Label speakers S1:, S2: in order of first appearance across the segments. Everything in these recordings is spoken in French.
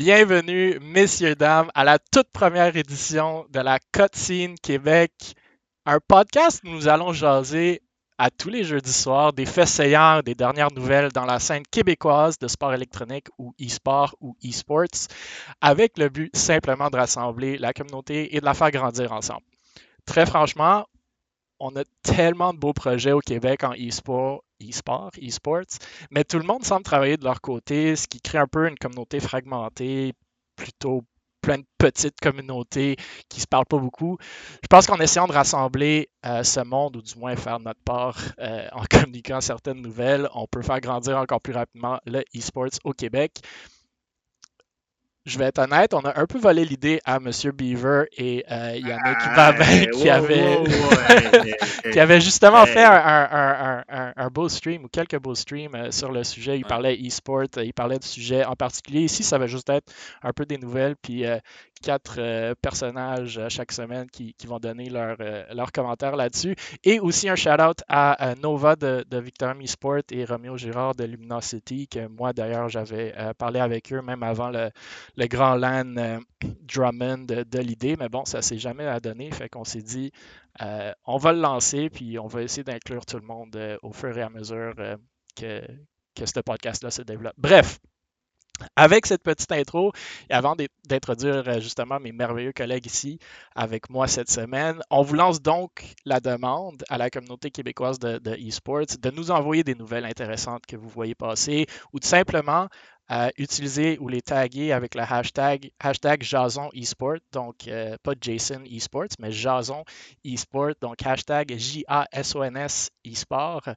S1: Bienvenue, messieurs, dames, à la toute première édition de la Cutscene Québec, un podcast où nous allons jaser à tous les jeudis soirs des faits saillants, des dernières nouvelles dans la scène québécoise de sport électronique ou e-sport ou e-sports, avec le but simplement de rassembler la communauté et de la faire grandir ensemble. Très franchement, on a tellement de beaux projets au Québec en e-sport, mais tout le monde semble travailler de leur côté, ce qui crée un peu une communauté fragmentée, plutôt plein de petites communautés qui se parlent pas beaucoup. Je pense qu'en essayant de rassembler ce monde, ou du moins faire notre part en communiquant certaines nouvelles, on peut faire grandir encore plus rapidement le e-sports au Québec. Je vais être honnête, on a un peu volé l'idée à M. Beaver et Yannick Babin qui avait justement fait un beau stream ou quelques beaux streams sur le sujet. Il parlait e-sport, il parlait de sujets en particulier. Ici, ça va juste être un peu des nouvelles, puis 4 personnages chaque semaine qui vont donner leurs commentaires là-dessus. Et aussi un shout-out à Nova de Victorium eSport et Roméo Girard de Luminosity, que moi d'ailleurs j'avais parlé avec eux même avant le grand LAN Drummond de l'idée, mais bon, ça s'est jamais donné, fait qu'on s'est dit on va le lancer, puis on va essayer d'inclure tout le monde au fur et à mesure que ce podcast-là se développe. Bref, avec cette petite intro, et avant d'introduire justement mes merveilleux collègues ici avec moi cette semaine, on vous lance donc la demande à la communauté québécoise de e-sports de nous envoyer des nouvelles intéressantes que vous voyez passer ou de simplement utiliser ou les taguer avec le hashtag Jason eSport, donc pas Jason eSports, mais Jason eSport, donc hashtag JASONS eSport.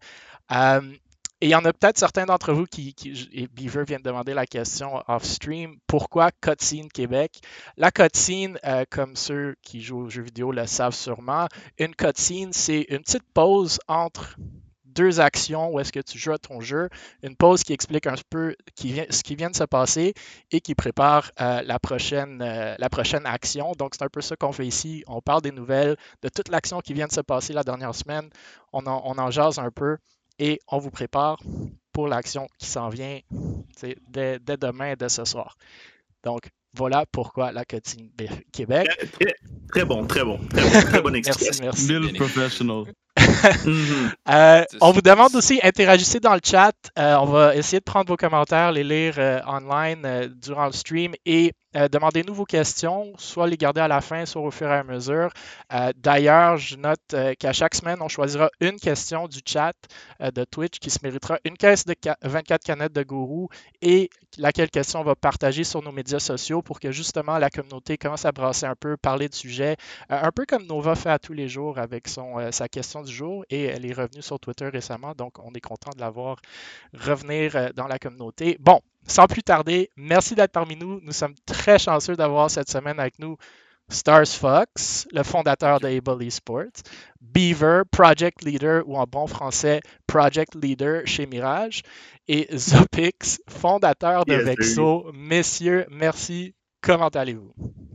S1: Et il y en a peut-être certains d'entre vous et Beaver vient de demander la question off-stream, pourquoi Cutscene Québec? La cutscene, comme ceux qui jouent aux jeux vidéo le savent sûrement, une cutscene, c'est une petite pause entre deux actions où est-ce que tu joues à ton jeu, une pause qui explique un peu ce qui vient de se passer et qui prépare la prochaine action. Donc, c'est un peu ça qu'on fait ici. On parle des nouvelles, de toute l'action qui vient de se passer la dernière semaine. On en jase un peu. Et on vous prépare pour l'action qui s'en vient dès demain et dès ce soir. Donc, voilà pourquoi la Cutscene Québec.
S2: Très bon explication.
S1: Merci.
S3: Little professional.
S1: On vous demande aussi, interagissez dans le chat. On va essayer de prendre vos commentaires, les lire online durant le stream et demandez-nous vos questions, soit les garder à la fin, soit au fur et à mesure. D'ailleurs, je note qu'à chaque semaine, on choisira une question du chat de Twitch qui se méritera une caisse de 24 canettes de gourou et laquelle question on va partager sur nos médias sociaux pour que justement la communauté commence à brasser un peu, parler de sujets, un peu comme Nova fait à tous les jours avec sa question du jour et elle est revenue sur Twitter récemment, donc on est content de la voir revenir dans la communauté. Bon, sans plus tarder, merci d'être parmi nous. Nous sommes très chanceux d'avoir cette semaine avec nous Stars Fox, le fondateur de Able Esports, Beaver, Project Leader ou en bon français, Project Leader chez Mirage, et Zopix, fondateur de Vexo. Messieurs, merci. Comment allez-vous?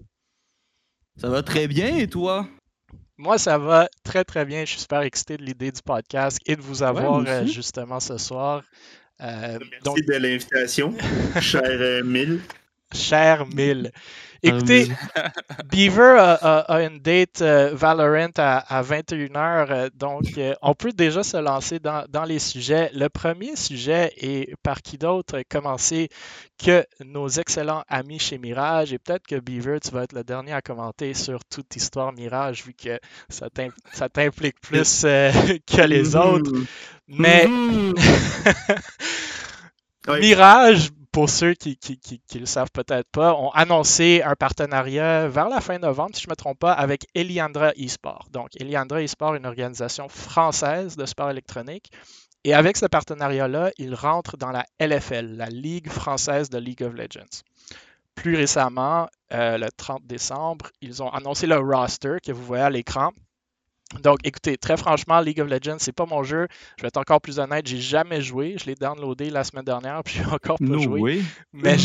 S3: Ça va très bien et toi?
S1: Moi, ça va très très bien. Je suis super excité de l'idée du podcast et de vous avoir justement ce soir.
S2: Merci de l'invitation, cher Mille.
S1: Cher Mille. Écoutez, Beaver a une date Valorant à 21h, donc on peut déjà se lancer dans les sujets. Le premier sujet est par qui d'autre commencer que nos excellents amis chez Mirage, et peut-être que Beaver, tu vas être le dernier à commenter sur toute histoire Mirage, vu que ça t'implique plus que les autres. Mais Mirage, pour ceux qui le savent peut-être pas, ont annoncé un partenariat vers la fin novembre, si je ne me trompe pas, avec Eliandra eSport. Donc, Eliandra eSport est une organisation française de sport électronique. Et avec ce partenariat-là, ils rentrent dans la LFL, la Ligue française de League of Legends. Plus récemment, le 30 décembre, ils ont annoncé le roster que vous voyez à l'écran. Donc, écoutez, très franchement, League of Legends, c'est pas mon jeu. Je vais être encore plus honnête, j'ai jamais joué. Je l'ai downloadé la semaine dernière, puis j'ai encore pas joué. Mais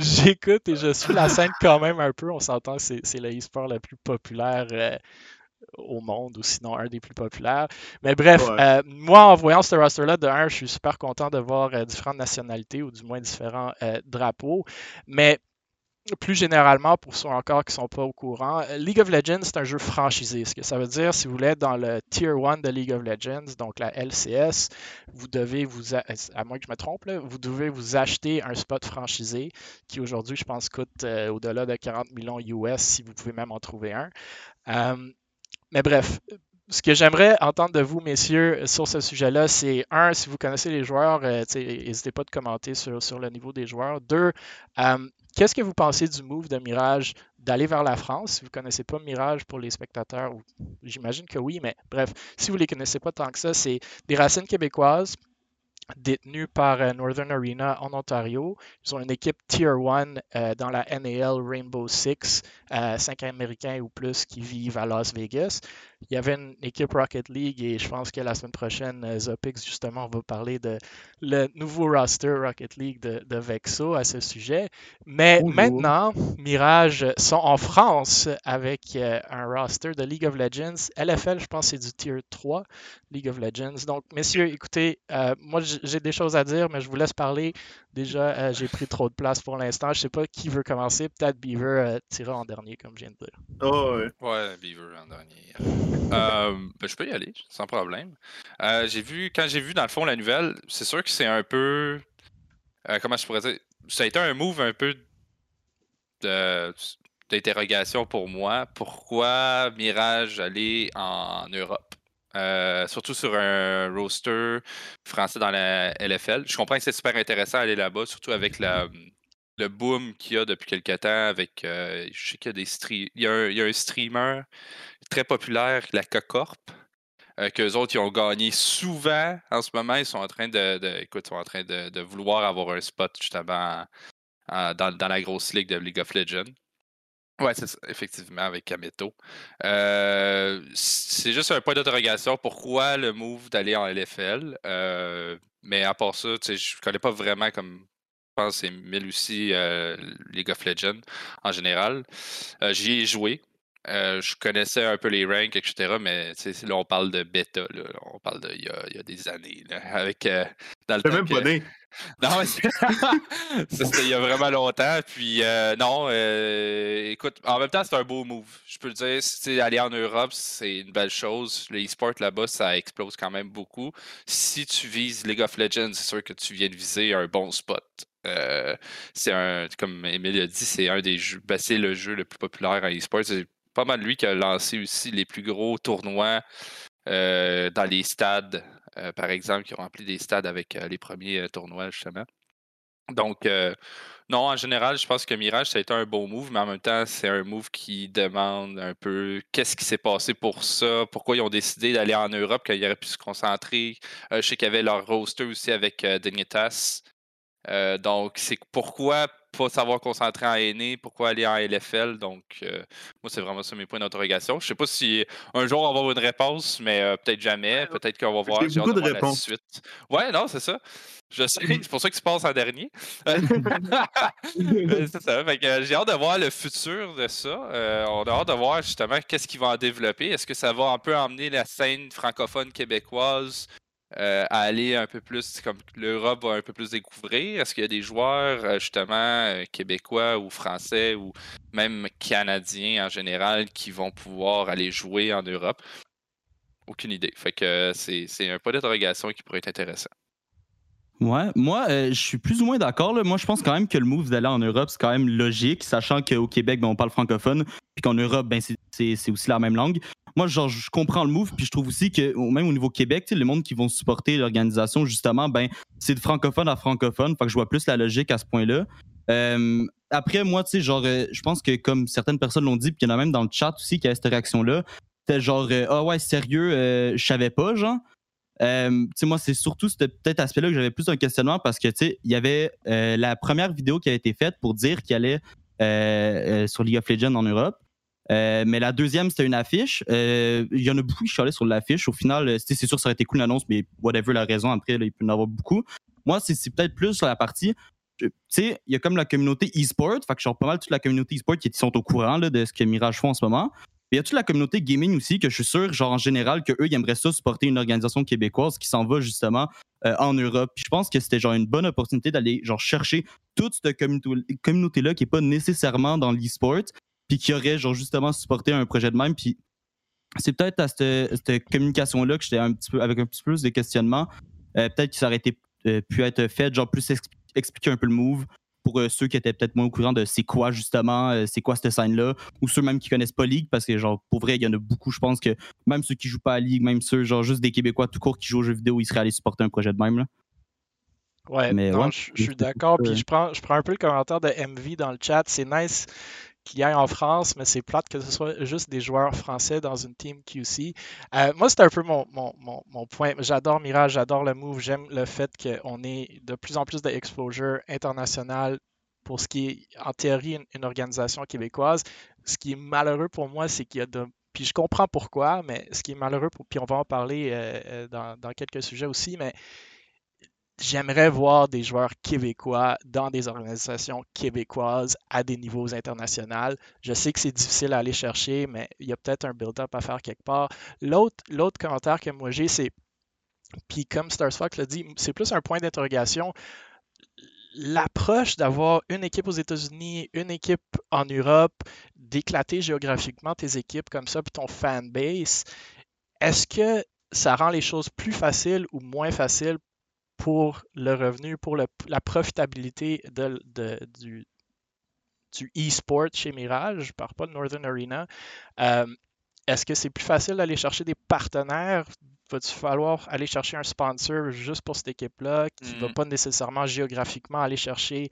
S1: j'écoute et je suis la scène quand même un peu. On s'entend que c'est le e-sport le plus populaire au monde, ou sinon un des plus populaires. Mais bref, moi, en voyant ce roster-là, de un, je suis super content de voir différentes nationalités, ou du moins différents drapeaux. Mais plus généralement, pour ceux encore qui ne sont pas au courant, League of Legends, c'est un jeu franchisé. Ce que ça veut dire, si vous voulez être dans le Tier 1 de League of Legends, donc la LCS, vous devez à moins que je me trompe, là, vous devez vous acheter un spot franchisé qui aujourd'hui, je pense, coûte au-delà de 40 millions US si vous pouvez même en trouver un. Mais bref, ce que j'aimerais entendre de vous, messieurs, sur ce sujet-là, c'est si vous connaissez les joueurs, n'hésitez pas de commenter sur le niveau des joueurs. Deux, qu'est-ce que vous pensez du move de Mirage d'aller vers la France? Si vous ne connaissez pas Mirage pour les spectateurs, j'imagine que oui, mais bref, si vous ne les connaissez pas tant que ça, c'est des racines québécoises détenus par Northern Arena en Ontario. Ils ont une équipe Tier 1 dans la NAL Rainbow Six, 5 Américains ou plus qui vivent à Las Vegas. Il y avait une équipe Rocket League et je pense que la semaine prochaine, Zopix, justement, va parler de le nouveau roster Rocket League de Vexo à ce sujet. Mais maintenant, Mirage sont en France avec un roster de League of Legends. LFL, je pense, c'est du Tier 3 League of Legends. Donc, messieurs, écoutez, moi, j'ai des choses à dire, mais je vous laisse parler. Déjà, j'ai pris trop de place pour l'instant. Je ne sais pas qui veut commencer. Peut-être Beaver tirera en dernier, comme je viens de dire.
S2: Oh,
S4: ouais, Beaver en dernier. Je peux y aller, sans problème. Quand j'ai vu, dans le fond, la nouvelle, c'est sûr que c'est un peu... comment je pourrais dire? Ça a été un move un peu d'interrogation pour moi. Pourquoi Mirage aller en Europe? Surtout sur un roster français dans la LFL. Je comprends que c'est super intéressant d'aller là-bas, surtout avec le boom qu'il y a depuis quelques temps. Avec, je sais qu'il y a des il y a un streamer très populaire, la Cocorp, qu'eux autres ils ont gagné souvent. En ce moment, ils sont en train de vouloir avoir un spot justement dans la grosse ligue de League of Legends. Ouais, c'est ça, effectivement, avec Kameto. C'est juste un point d'interrogation. Pourquoi le move d'aller en LFL? Mais à part ça, je connais pas vraiment comme. Je pense que c'est 1000 aussi League of Legends en général. J'y ai joué. Je connaissais un peu les ranks, etc. Mais là, on parle de bêta. Là. On parle de il y a des années. Là, avec, dans le temps
S2: même pas né.
S4: Non, c'était il y a vraiment longtemps. Puis non, écoute, en même temps, c'est un beau move. Je peux le dire, aller en Europe, c'est une belle chose. Le e-sport là-bas, ça explose quand même beaucoup. Si tu vises League of Legends, c'est sûr que tu viens de viser un bon spot. Comme Emile a dit, c'est un des jeux. C'est le jeu le plus populaire en e-sport. C'est pas mal lui qui a lancé aussi les plus gros tournois dans les stades. Par exemple, qui ont rempli des stades avec les premiers tournois, justement. Donc, non, en général, je pense que Mirage, ça a été un bon move, mais en même temps, c'est un move qui demande un peu qu'est-ce qui s'est passé pour ça, pourquoi ils ont décidé d'aller en Europe quand ils auraient pu se concentrer. Je sais qu'il y avait leur roster aussi avec Dignitas. Donc, c'est pourquoi pas savoir concentrer en NA, pourquoi aller en LFL. Donc, moi, c'est vraiment ça mes points d'interrogation. Je sais pas si un jour on va avoir une réponse, mais peut-être jamais. Peut-être qu'on va voir.
S2: J'ai beaucoup de réponses.
S4: La suite. Ouais, non, c'est ça. Je sais, c'est pour ça que tu passes en dernier. C'est ça. Fait que, j'ai hâte de voir le futur de ça. On a hâte de voir justement qu'est-ce qu'ils vont en développer. Est-ce que ça va un peu emmener la scène francophone québécoise à aller un peu plus, comme l'Europe va un peu plus découvrir? Est-ce qu'il y a des joueurs, justement, québécois ou français ou même canadiens en général qui vont pouvoir aller jouer en Europe? Aucune idée. Fait que c'est un point d'interrogation qui pourrait être intéressant.
S3: Ouais, moi, je suis plus ou moins d'accord. Moi, je pense quand même que le move d'aller en Europe, c'est quand même logique, sachant qu'au Québec, on parle francophone, puis qu'en Europe, c'est aussi la même langue. Moi, je comprends le move, puis je trouve aussi que même au niveau Québec, le monde qui vont supporter l'organisation, justement, c'est de francophone à francophone. Fait que je vois plus la logique à ce point-là. Après, moi, je pense que comme certaines personnes l'ont dit, puis il y en a même dans le chat aussi qui a cette réaction-là, c'était genre, ah ouais, sérieux, je savais pas, genre. Moi, c'est surtout ce peut-être aspect-là que j'avais plus un questionnement parce que il y avait la première vidéo qui a été faite pour dire qu'il allait sur League of Legends en Europe. Mais la deuxième, c'était une affiche. Il y en a beaucoup qui chialaient sur l'affiche. Au final, c'est sûr que ça aurait été cool l'annonce, mais whatever la raison, après, là, il peut y en avoir beaucoup. Moi, c'est peut-être plus sur la partie. Il y a comme la communauté e-sport. Fait que genre pas mal toute la communauté e-sport qui sont au courant là, de ce que Mirage font en ce moment. Mais y a toute la communauté gaming aussi, que je suis sûr, genre en général, qu'eux, ils aimeraient ça supporter une organisation québécoise qui s'en va justement en Europe. Puis je pense que c'était genre une bonne opportunité d'aller genre chercher toute cette communauté-là qui n'est pas nécessairement dans l'e-sport, puis qui aurait genre justement supporté un projet de même. Puis c'est peut-être à cette communication-là que j'étais avec un petit peu plus de questionnement. Peut-être que ça aurait pu être fait, genre plus expliquer un peu le move pour ceux qui étaient peut-être moins au courant de c'est quoi justement, c'est quoi cette scène-là, ou ceux même qui connaissent pas League, parce que genre pour vrai, il y en a beaucoup, je pense que même ceux qui jouent pas à League, même ceux genre juste des Québécois tout court qui jouent aux jeux vidéo, ils seraient allés supporter un projet de même. Là.
S1: Ouais,
S3: Mais
S1: non,
S3: ouais,
S1: je suis d'accord. Puis je prends un peu le commentaire de MV dans le chat. C'est nice qu'il aille en France, mais c'est plate que ce soit juste des joueurs français dans une team QC. Moi, c'est un peu mon point. J'adore Mirage, j'adore le move. J'aime le fait qu'on ait de plus en plus d'exposure internationale pour ce qui est, en théorie, une organisation québécoise. Ce qui est malheureux pour moi, c'est qu'il y a de... Puis je comprends pourquoi, mais ce qui est malheureux, puis on va en parler dans quelques sujets aussi, mais j'aimerais voir des joueurs québécois dans des organisations québécoises à des niveaux internationaux. Je sais que c'est difficile à aller chercher, mais il y a peut-être un build-up à faire quelque part. L'autre commentaire que moi j'ai, c'est, puis comme Starsfox l'a dit, c'est plus un point d'interrogation. L'approche d'avoir une équipe aux États-Unis, une équipe en Europe, d'éclater géographiquement tes équipes comme ça, puis ton fanbase, est-ce que ça rend les choses plus faciles ou moins faciles pour le revenu, pour la profitabilité du e-sport chez Mirage? Je ne parle pas de Northern Arena. Est-ce que c'est plus facile d'aller chercher des partenaires? Va-t-il falloir aller chercher un sponsor juste pour cette équipe-là qui ne va pas nécessairement géographiquement aller chercher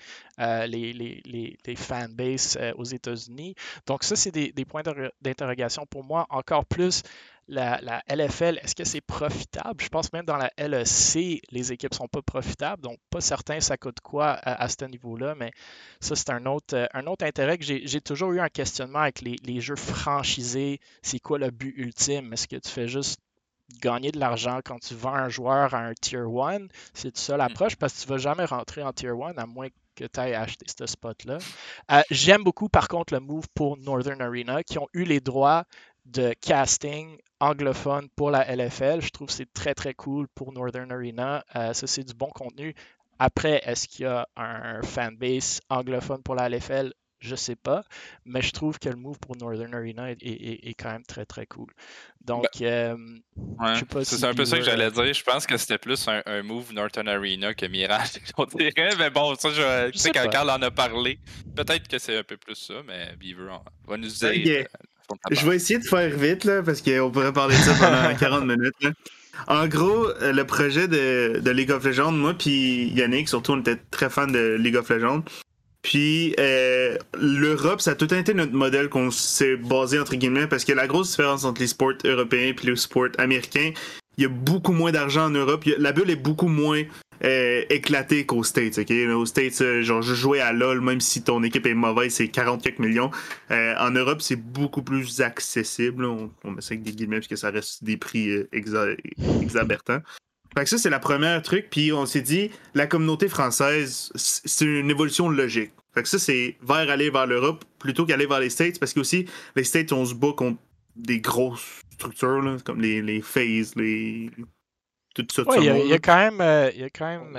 S1: les fanbases aux États-Unis? Donc ça, c'est des points d'interrogation pour moi. Encore plus, la LFL, est-ce que c'est profitable? Je pense même dans la LEC, les équipes ne sont pas profitables. Donc, pas certain ça coûte quoi à ce niveau-là, mais ça, c'est un autre intérêt que j'ai toujours eu un questionnement avec les jeux franchisés. C'est quoi le but ultime? Est-ce que tu fais juste gagner de l'argent quand tu vends un joueur à un Tier 1? C'est ça l'approche parce que tu ne vas jamais rentrer en Tier 1 à moins que tu ailles acheter ce spot-là. J'aime beaucoup par contre le move pour Northern Arena qui ont eu les droits de casting anglophone pour la LFL. Je trouve que c'est très très cool pour Northern Arena. Ça, c'est du bon contenu. Après, est-ce qu'il y a un fanbase anglophone pour la LFL? Je sais pas, mais je trouve que le move pour Northern Arena est quand même très très cool. Donc, je sais pas si
S4: c'est un peu ça que j'allais dire. Je pense que c'était plus un move Northern Arena que Mirage, on dirait. Mais bon, ça, tu sais, quand Carl en a parlé, peut-être que c'est un peu plus ça, mais Beaver va nous dire.
S2: Okay. Je vais essayer de faire vite, là, parce qu'on pourrait parler de ça pendant 40 minutes. Là. En gros, le projet de League of Legends, moi puis Yannick, surtout, on était très fans de League of Legends. Puis l'Europe, ça a tout été notre modèle qu'on s'est basé, entre guillemets, parce que la grosse différence entre les sports européens et les sports américains, il y a beaucoup moins d'argent en Europe. La bulle est beaucoup moins éclatée qu'aux States. Okay? Aux States, genre, je jouais à LoL, même si ton équipe est mauvaise, c'est 40 quelques millions. En Europe, c'est beaucoup plus accessible. On met ça avec des guillemets, parce que ça reste des prix exorbitants. Fait que ça, c'est la première truc. Puis on s'est dit, la communauté française, c'est une évolution logique. Fait que ça, c'est aller vers l'Europe plutôt qu'aller vers les States. Parce que aussi, les States, on se bat contre des grosses structures, là, comme les FaZe, tout ça.
S1: Ouais, il y a quand même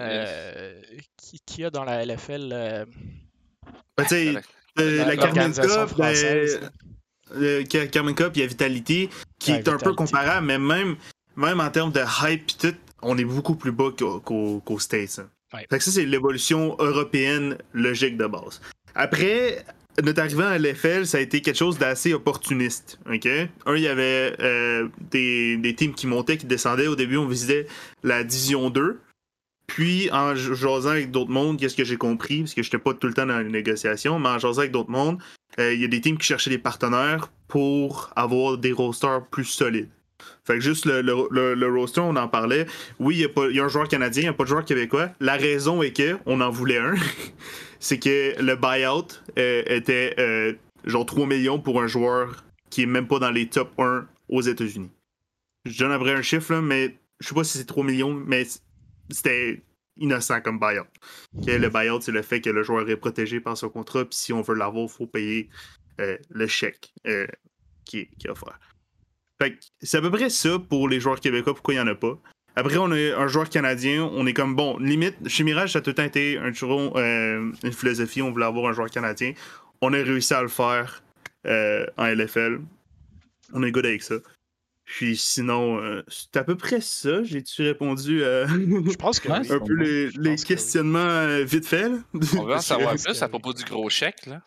S1: qui y a dans la LFL
S2: tu sais, la Carmen Cup, Carmen Cup, il y a Vitality, qui est un peu comparable, mais même en termes de hype et tout, on est beaucoup plus bas qu'aux States. Hein. Ouais. Fait que ça, c'est l'évolution européenne logique de base. Après, notre arrivée à l'FL, ça a été quelque chose d'assez opportuniste. Okay? Il y avait des teams qui montaient, qui descendaient. Au début, on visitait la Division 2. Puis, en jasant avec d'autres mondes, qu'est-ce que j'ai compris, parce que je n'étais pas tout le temps dans les négociations, mais en jasant avec d'autres mondes, il y a des teams qui cherchaient des partenaires pour avoir des rosters plus solides. Fait que juste le roster, on en parlait. Oui, il y a un joueur canadien, il n'y a pas de joueur québécois. La raison est qu'on en voulait un. C'est que le buyout était genre 3 millions pour un joueur qui est même pas dans les top 1 aux États-Unis. Je donne après un chiffre, là, mais je sais pas si c'est 3 millions, mais c'était innocent comme buyout. Okay, le buyout, c'est le fait que le joueur est protégé par son contrat, puis si on veut l'avoir, il faut payer le chèque. qui est offert. Fait que c'est à peu près ça pour les joueurs québécois, pourquoi il n'y en a pas. Après, on a un joueur canadien, on est comme, bon, limite, chez Mirage, ça a tout le temps été une philosophie, on voulait avoir un joueur canadien. On a réussi à le faire en LFL. On est good avec ça. Puis sinon, c'est à peu près ça. J'ai-tu répondu
S1: Je pense que
S2: un peu les questionnements vite fait? Là?
S4: On veut en savoir plus à propos du gros chèque, là.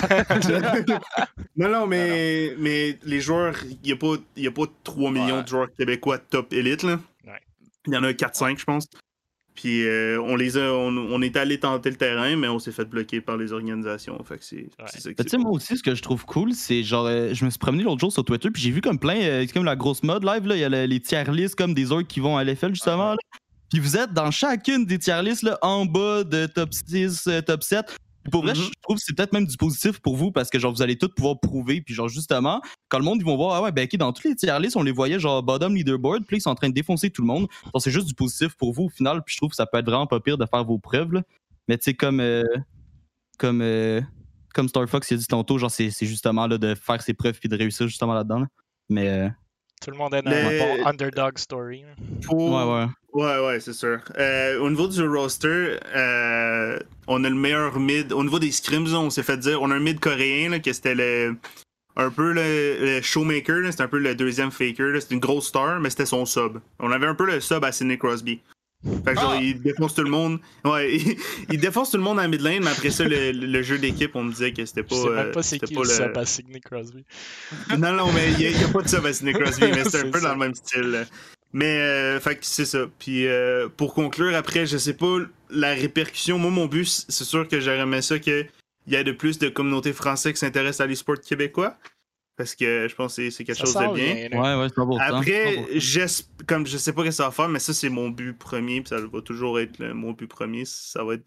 S2: Non, mais les joueurs, il n'y a pas 3 millions de joueurs québécois top élite, là. Il y en a 4-5, je pense. Puis on est allé tenter le terrain, mais on s'est fait bloquer par les organisations. Fait que c'est ça que
S3: tu sais, moi aussi, ce que je trouve cool, c'est genre, je me suis promené l'autre jour sur Twitter, puis j'ai vu comme plein, c'est comme la grosse mode live, là, il y a les tier lists comme des autres qui vont à LFL, justement. Là. Puis vous êtes dans chacune des tier lists, là, en bas de top 6, top 7. Pour vrai, je trouve que c'est peut-être même du positif pour vous parce que genre vous allez tous pouvoir prouver puis genre justement quand le monde ils vont voir ah ouais ben ok dans tous les tier lists on les voyait genre bottom leaderboard puis ils sont en train de défoncer tout le monde donc c'est juste du positif pour vous au final puis je trouve que ça peut être vraiment pas pire de faire vos preuves là. Mais tu sais comme Star Fox il a dit tantôt genre c'est justement là de faire ses preuves puis de réussir justement là-dedans là. Mais
S1: tout le monde est dans un bon underdog story.
S2: Ouais, c'est sûr. Au niveau du roster, on a le meilleur mid. Au niveau des scrims, on s'est fait dire, on a un mid coréen, là, que c'était un peu le showmaker, c'était un peu le deuxième faker. C'était une grosse star, mais c'était son sub. On avait un peu le sub à Sidney Crosby. Fait que genre, il défonce tout le monde. Ouais, il défonce tout le monde en mid lane, mais après ça, le jeu d'équipe, on me disait que c'était pas.
S1: Je sais même pas c'est qui le sub à Sidney Crosby.
S2: Non, mais il n'y a pas de sub à Sidney Crosby, mais c'est un peu dans le même style. Mais, fait que c'est ça. Puis, pour conclure, après, je sais pas la répercussion. Moi, mon but, c'est sûr que j'aurais aimé ça qu'il y ait de plus de communautés françaises qui s'intéressent à l'e-sport québécois. Parce que je pense que c'est quelque chose de bien.
S3: Ouais, c'est pas beau.
S2: Après, je sais pas ce que ça va faire, mais ça, c'est mon but premier. Puis ça va toujours être mon but premier. Ça va être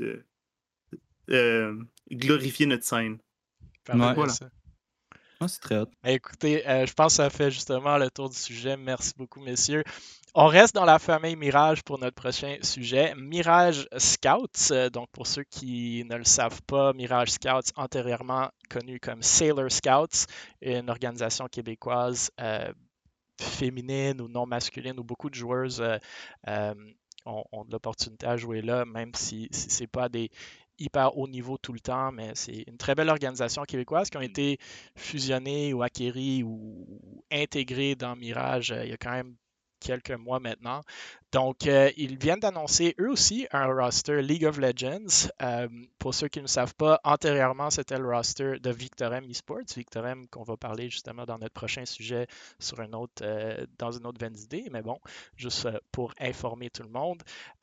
S2: de glorifier notre scène.
S1: Voilà.
S3: C'est très hot.
S1: Écoutez, je pense que ça fait justement le tour du sujet. Merci beaucoup, messieurs. On reste dans la famille Mirage pour notre prochain sujet. Mirage Scouts. Donc, pour ceux qui ne le savent pas, Mirage Scouts, antérieurement connu comme Sailor Scouts, une organisation québécoise féminine ou non masculine où beaucoup de joueuses ont de l'opportunité à jouer là, même si ce n'est pas des hyper haut niveau tout le temps, mais c'est une très belle organisation québécoise qui ont été fusionnés ou acquéris ou intégrés dans Mirage il y a quand même quelques mois maintenant. Donc, ils viennent d'annoncer eux aussi un roster League of Legends. Pour ceux qui ne savent pas, antérieurement, c'était le roster de Victorem Esports. Victorem qu'on va parler justement dans notre prochain sujet sur dans une autre veine d'idées. Mais bon, juste pour informer tout le monde.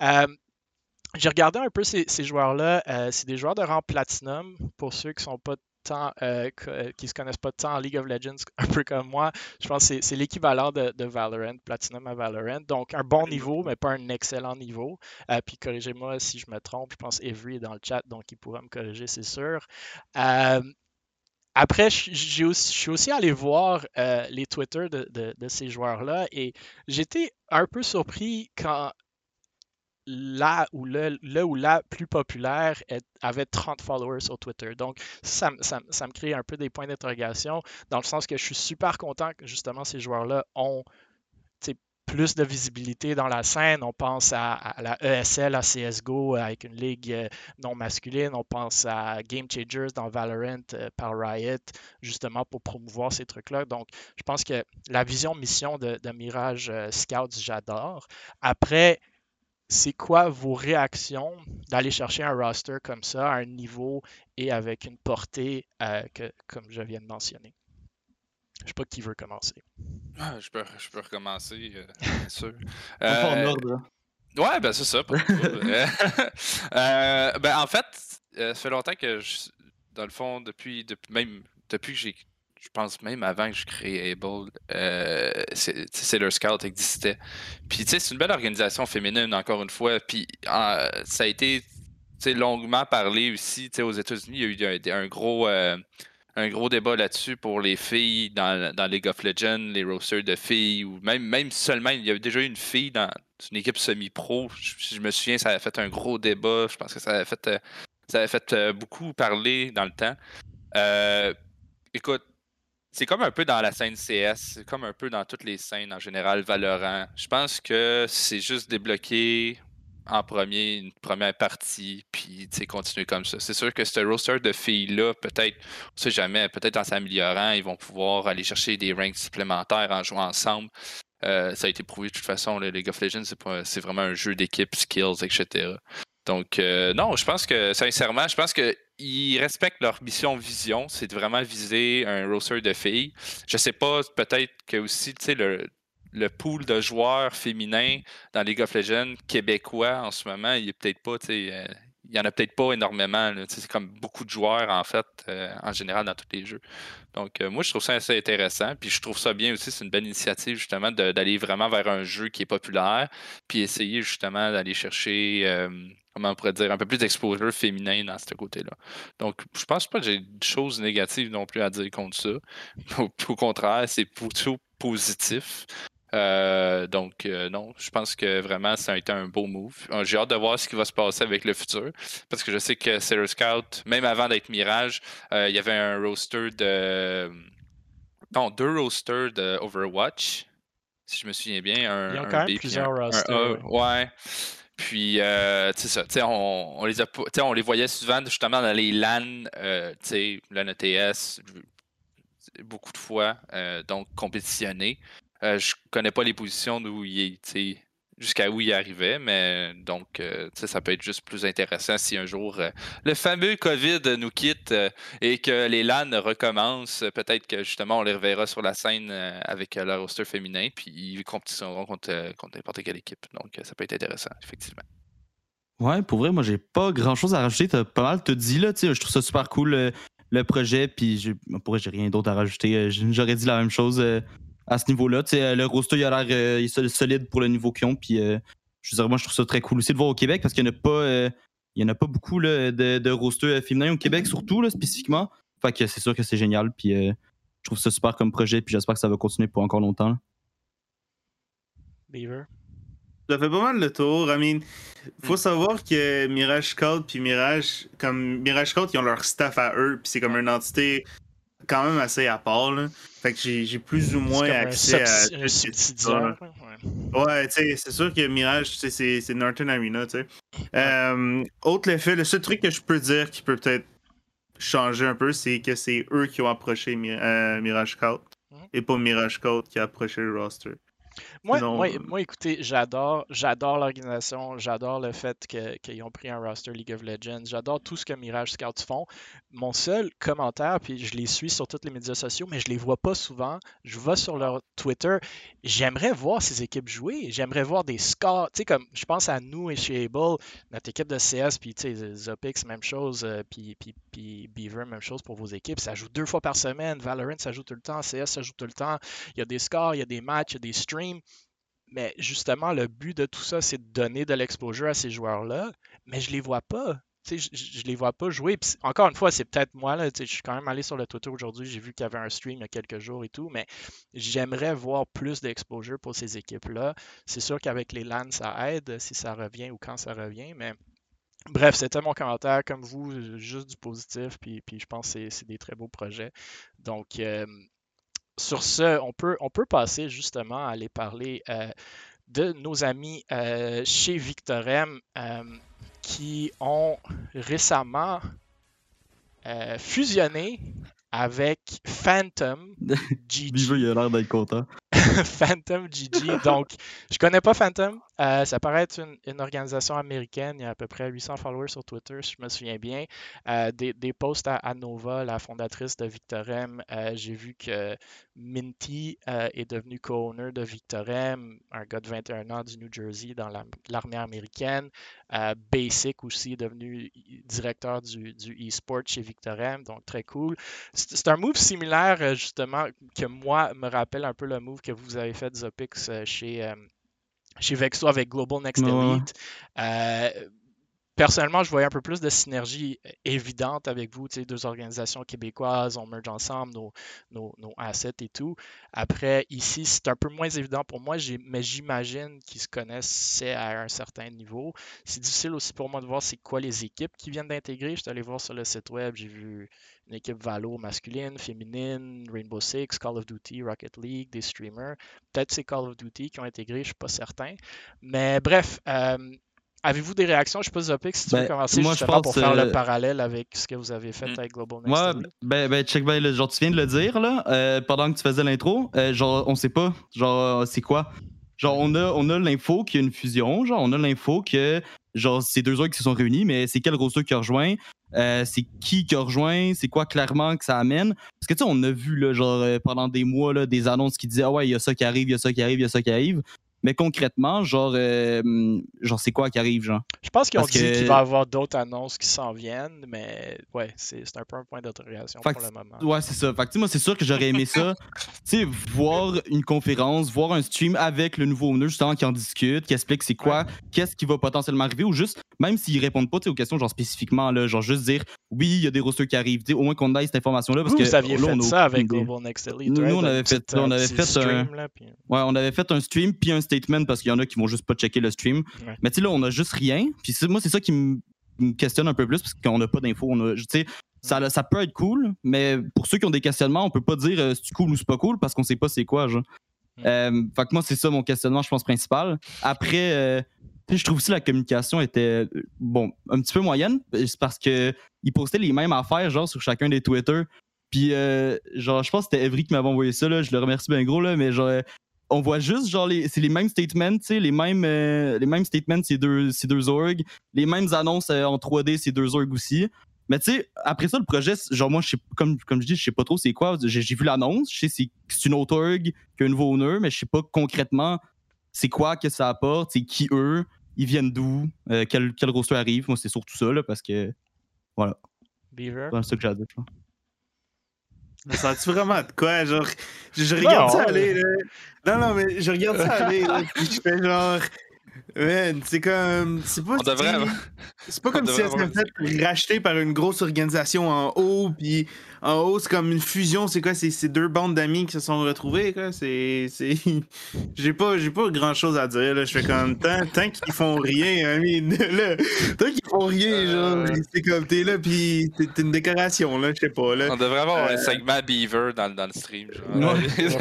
S1: J'ai regardé un peu ces joueurs-là. C'est des joueurs de rang Platinum. Pour ceux qui sont pas qui se connaissent pas tant en League of Legends, un peu comme moi, je pense que c'est l'équivalent de Valorant, Platinum à Valorant. Donc, un bon niveau, mais pas un excellent niveau. Puis, corrigez-moi si je me trompe. Je pense Avery est dans le chat, donc il pourra me corriger, c'est sûr. Après, je suis aussi allé voir les Twitter de ces joueurs-là et j'étais un peu surpris quand le ou la plus populaire avait 30 followers sur Twitter. Donc, ça me crée un peu des points d'interrogation dans le sens que je suis super content que justement ces joueurs-là ont plus de visibilité dans la scène. On pense à la ESL, à CSGO avec une ligue non masculine. On pense à Game Changers dans Valorant par Riot, justement pour promouvoir ces trucs-là. Donc, je pense que la vision mission de Mirage Scouts, j'adore. Après, c'est quoi vos réactions d'aller chercher un roster comme ça, à un niveau et avec une portée comme je viens de mentionner? Je ne sais pas qui veut commencer.
S4: Je peux recommencer, bien sûr.
S3: En ordre.
S4: Ouais, ben c'est ça. Ben en fait, ça fait longtemps que, dans le fond, depuis que je pense même avant que je crée Able, Sailor Scout existait. Puis tu sais, c'est une belle organisation féminine, encore une fois. Puis ça a été longuement parlé aussi. Aux États-Unis, il y a eu un gros débat là-dessus pour les filles dans League of Legends, les rosters de filles, ou même seulement, il y avait déjà eu une fille dans une équipe semi-pro. Je me souviens, ça avait fait un gros débat. Je pense que ça avait fait beaucoup parler dans le temps. Écoute, c'est comme un peu dans la scène CS, c'est comme un peu dans toutes les scènes en général, Valorant. Je pense que c'est juste débloquer en premier une première partie, puis continuer comme ça. C'est sûr que ce roster de filles-là, peut-être, on ne sait jamais, peut-être en s'améliorant, ils vont pouvoir aller chercher des ranks supplémentaires en jouant ensemble. Ça a été prouvé de toute façon, le League of Legends, c'est vraiment un jeu d'équipe, skills, etc. Donc, non, je pense que, sincèrement, ils respectent leur mission vision, c'est de vraiment viser un roster de filles. Je sais pas, peut-être que aussi, tu sais, le pool de joueurs féminins dans League of Legends québécois en ce moment, il est peut-être pas, tu sais, il y en a peut-être pas énormément. C'est comme beaucoup de joueurs, en fait, en général, dans tous les jeux. Donc, moi, je trouve ça assez intéressant. Puis, je trouve ça bien aussi. C'est une belle initiative, justement, d'aller vraiment vers un jeu qui est populaire. Puis, essayer, justement, d'aller chercher, comment on pourrait dire, un peu plus d'exposure féminin dans ce côté-là. Donc, je pense pas que j'ai de choses négatives non plus à dire contre ça. Au contraire, c'est plutôt positif. Donc, non, je pense que vraiment, ça a été un beau move. J'ai hâte de voir ce qui va se passer avec le futur, parce que je sais que Zero Scout, même avant d'être Mirage, il y avait un roster de... Non, 2 rosters de Overwatch, si je me souviens bien.
S1: Il y a quand même plusieurs rosters.
S4: Ouais. Puis, tu sais ça, on les voyait souvent justement dans les LAN, LAN ETS, beaucoup de fois, donc compétitionner. Je connais pas les positions d'où il est, jusqu'à où il arrivait, mais donc, ça peut être juste plus intéressant si un jour le fameux COVID nous quitte et que les LAN recommencent. Peut-être que justement on les reverra sur la scène avec leur roster féminin, puis ils compétitionneront contre n'importe quelle équipe. Donc, ça peut être intéressant, effectivement.
S3: Ouais, pour vrai, moi, j'ai pas grand-chose à rajouter. T'as pas mal te dit, là, tu sais, je trouve ça super cool, le projet, puis pour vrai, j'ai rien d'autre à rajouter. J'aurais dit la même chose à ce niveau-là. Tu sais, le roster, il a l'air solide pour le niveau qu'ils ont, puis je veux dire, moi, je trouve ça très cool aussi de voir au Québec, parce qu'il n'y en a pas beaucoup là, de roster féminin au Québec, surtout, là, spécifiquement. Fait que c'est sûr que c'est génial, puis je trouve ça super comme projet, puis j'espère que ça va continuer pour encore longtemps. Là.
S1: Beaver?
S2: Ça fait pas mal le tour. I mean, faut savoir que Mirage Scout puis Mirage Scout, ils ont leur staff à eux, puis c'est comme une entité quand même assez à part. Là. Fait que j'ai plus ou moins accès à
S1: un subsidiaire.
S2: Ouais, tu sais, c'est sûr que Mirage, c'est Northern Arena, tu sais. Autre effet, le seul truc que je peux dire qui peut peut-être changer un peu, c'est que c'est eux qui ont approché Mirage Scout et pas Mirage Scout qui a approché le roster.
S1: Moi, écoutez, j'adore l'organisation, j'adore le fait qu'ils ont pris un roster League of Legends, j'adore tout ce que Mirage Scouts font. Mon seul commentaire, puis je les suis sur tous les médias sociaux, mais je les vois pas souvent. Je vais sur leur Twitter. J'aimerais voir ces équipes jouer. J'aimerais voir des scores. Tu sais, comme je pense à nous et chez Able, notre équipe de CS, puis tu sais, Zopix, même chose, puis Beaver, même chose pour vos équipes. Ça joue 2 fois par semaine. Valorant, ça joue tout le temps. CS, ça joue tout le temps. Il y a des scores, il y a des matchs, il y a des streams. Mais justement, le but de tout ça, c'est de donner de l'exposure à ces joueurs-là, mais je les vois pas. Je les vois pas jouer. Puis, encore une fois, c'est peut-être moi. Là, je suis quand même allé sur le Twitter aujourd'hui. J'ai vu qu'il y avait un stream il y a quelques jours et tout, mais j'aimerais voir plus d'exposure pour ces équipes-là. C'est sûr qu'avec les LAN, ça aide si ça revient ou quand ça revient, mais bref, c'était mon commentaire. Comme vous, juste du positif, puis je pense que c'est des très beaux projets. Donc, sur ce, on peut passer justement à aller parler de nos amis chez Victorem qui ont récemment fusionné avec Phantom GG.
S3: Beaver, il a l'air d'être content.
S1: Phantom GG. Donc, je connais pas Phantom. Ça paraît être une organisation américaine. Il y a à peu près 800 followers sur Twitter, si je me souviens bien. Des posts à Nova, la fondatrice de Victorem. J'ai vu que Minty est devenu co-owner de Victorem, un gars de 21 ans du New Jersey dans l'armée américaine. Basic aussi est devenu directeur du e-sport chez Victorem, donc très cool. C'est un move similaire, justement, que moi me rappelle un peu le move que vous avez fait, Zopix, chez Vexo avec Global Next Elite. personnellement, je voyais un peu plus de synergie évidente avec vous, deux organisations québécoises, on merge ensemble nos assets et tout. Après, ici, c'est un peu moins évident pour moi, mais j'imagine qu'ils se connaissaient à un certain niveau. C'est difficile aussi pour moi de voir c'est quoi les équipes qui viennent d'intégrer. Je suis allé voir sur le site web, j'ai vu une équipe Valo masculine, féminine, Rainbow Six, Call of Duty, Rocket League, des streamers. Peut-être c'est Call of Duty qui ont intégré, je ne suis pas certain. Mais bref, avez-vous des réactions? Je ne sais pas, Zopix, si tu veux commencer
S3: moi,
S1: justement pour faire le parallèle avec ce que vous avez fait avec Global Next
S3: Elite. Check, genre, tu viens de le dire, là, pendant que tu faisais l'intro, genre, on sait pas, genre, c'est quoi? Genre, on a l'info qu'il y a une fusion, genre, on a l'info que, genre, c'est 2 orgues qui se sont réunis, mais c'est quel roster qui a rejoint? C'est qui a rejoint? C'est quoi clairement que ça amène? Parce que, tu sais, on a vu, là, genre, pendant des mois, là, des annonces qui disaient, ah ouais, il y a ça qui arrive, il y a ça qui arrive, il y a ça qui arrive. Mais concrètement, genre c'est quoi qui arrive, genre?
S1: Je pense qu'ils ont dit qu'il va y avoir d'autres annonces qui s'en viennent, mais ouais, c'est un peu un point d'interrogation pour le moment.
S3: Ouais, c'est ça. Fait que moi, c'est sûr que j'aurais aimé ça. Tu sais, voir une conférence, voir un stream avec le nouveau owner, justement, qui en discute, qui explique c'est quoi, qu'est-ce qui va potentiellement arriver, ou juste, même s'ils répondent pas aux questions, genre spécifiquement, là, genre juste dire, oui, il y a des rosters qui arrivent, au moins qu'on ait cette information-là. Parce
S1: vous aviez fait ça avec Global Next Elite,
S3: nous, on avait fait on avait fait un stream puis un statement parce qu'il y en a qui vont juste pas checker le stream. Ouais. Mais tu sais, là, on a juste rien. Puis moi, c'est ça qui me questionne un peu plus parce qu'on n'a pas d'infos. Ça peut être cool, mais pour ceux qui ont des questionnements, on peut pas dire c'est cool ou c'est pas cool parce qu'on sait pas c'est quoi, genre. Fait que moi, c'est ça mon questionnement, je pense, principal. Après, je trouve aussi la communication était, un petit peu moyenne. C'est parce qu'ils postaient les mêmes affaires, genre, sur chacun des Twitter. Puis, genre, je pense que c'était Evry qui m'avait envoyé ça, là. Je le remercie bien gros, là, mais genre, on voit juste, genre, c'est les mêmes statements, tu sais, les mêmes statements, c'est deux orgs. Les mêmes annonces en 3D, c'est 2 orgs aussi. Mais tu sais, après ça, le projet, genre, moi, je sais, comme je dis, je sais pas trop c'est quoi. J'ai vu l'annonce, je sais c'est une autre org qui a un nouveau owner, mais je sais pas concrètement c'est quoi que ça apporte, c'est qui eux, ils viennent d'où, quel roster arrive. Moi, c'est surtout ça, là, parce que, voilà.
S1: Beaver?
S3: C'est ça que j'ai à dire, je pense.
S2: Mais sens-tu vraiment de quoi? Genre, je regarde ça aller, là. Non, mais je regarde ça aller, là. Puis je fais genre. Man, c'est comme. C'est pas. C'est pas comme si elle s'était fait racheter par une grosse organisation en haut, puis en haut, c'est comme une fusion. C'est quoi? C'est 2 bandes d'amis qui se sont retrouvés, quoi. J'ai pas grand chose à dire, là. Je fais comme. Tant qu'ils font rien, là. Tant qu'ils font rien, genre. C'est comme t'es là, puis t'es une décoration, là. Je sais pas, là.
S4: On devrait avoir un segment Beaver dans le stream, genre.
S1: Non,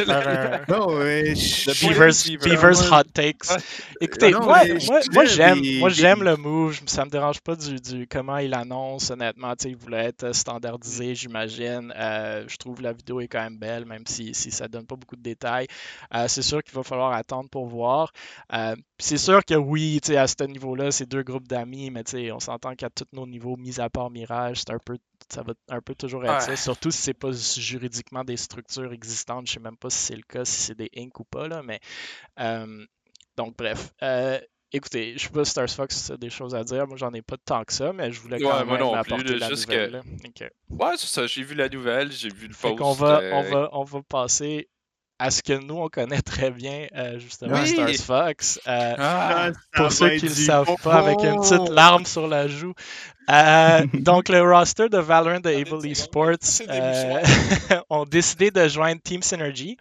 S2: mais.
S1: Beaver's Hot Takes. Écoutez, moi j'aime le move, ça me dérange pas du comment il annonce, honnêtement, il voulait être standardisé, j'imagine. Je trouve la vidéo est quand même belle, même si ça donne pas beaucoup de détails. C'est sûr qu'il va falloir attendre pour voir. C'est sûr que oui, à ce niveau-là, c'est 2 groupes d'amis, mais on s'entend qu'à tous nos niveaux, mis à part Mirage, ça va un peu toujours être ça, surtout si c'est pas juridiquement des structures existantes. Je sais même pas si c'est le cas, si c'est des Inc ou pas, là, mais donc bref. Écoutez, je sais pas si Stars Fox a des choses à dire. Moi, j'en ai pas tant que ça, mais je voulais quand même apporter la nouvelle. Okay.
S4: Ouais, c'est ça. J'ai vu la nouvelle, j'ai vu le post.
S1: On va passer à ce que nous, on connaît très bien, justement, Stars Fox. Pour ceux qui ne le savent pas, avec une petite larme sur la joue. Donc, le roster de Valorant de Able Esports ont décidé de joindre Team Synergy.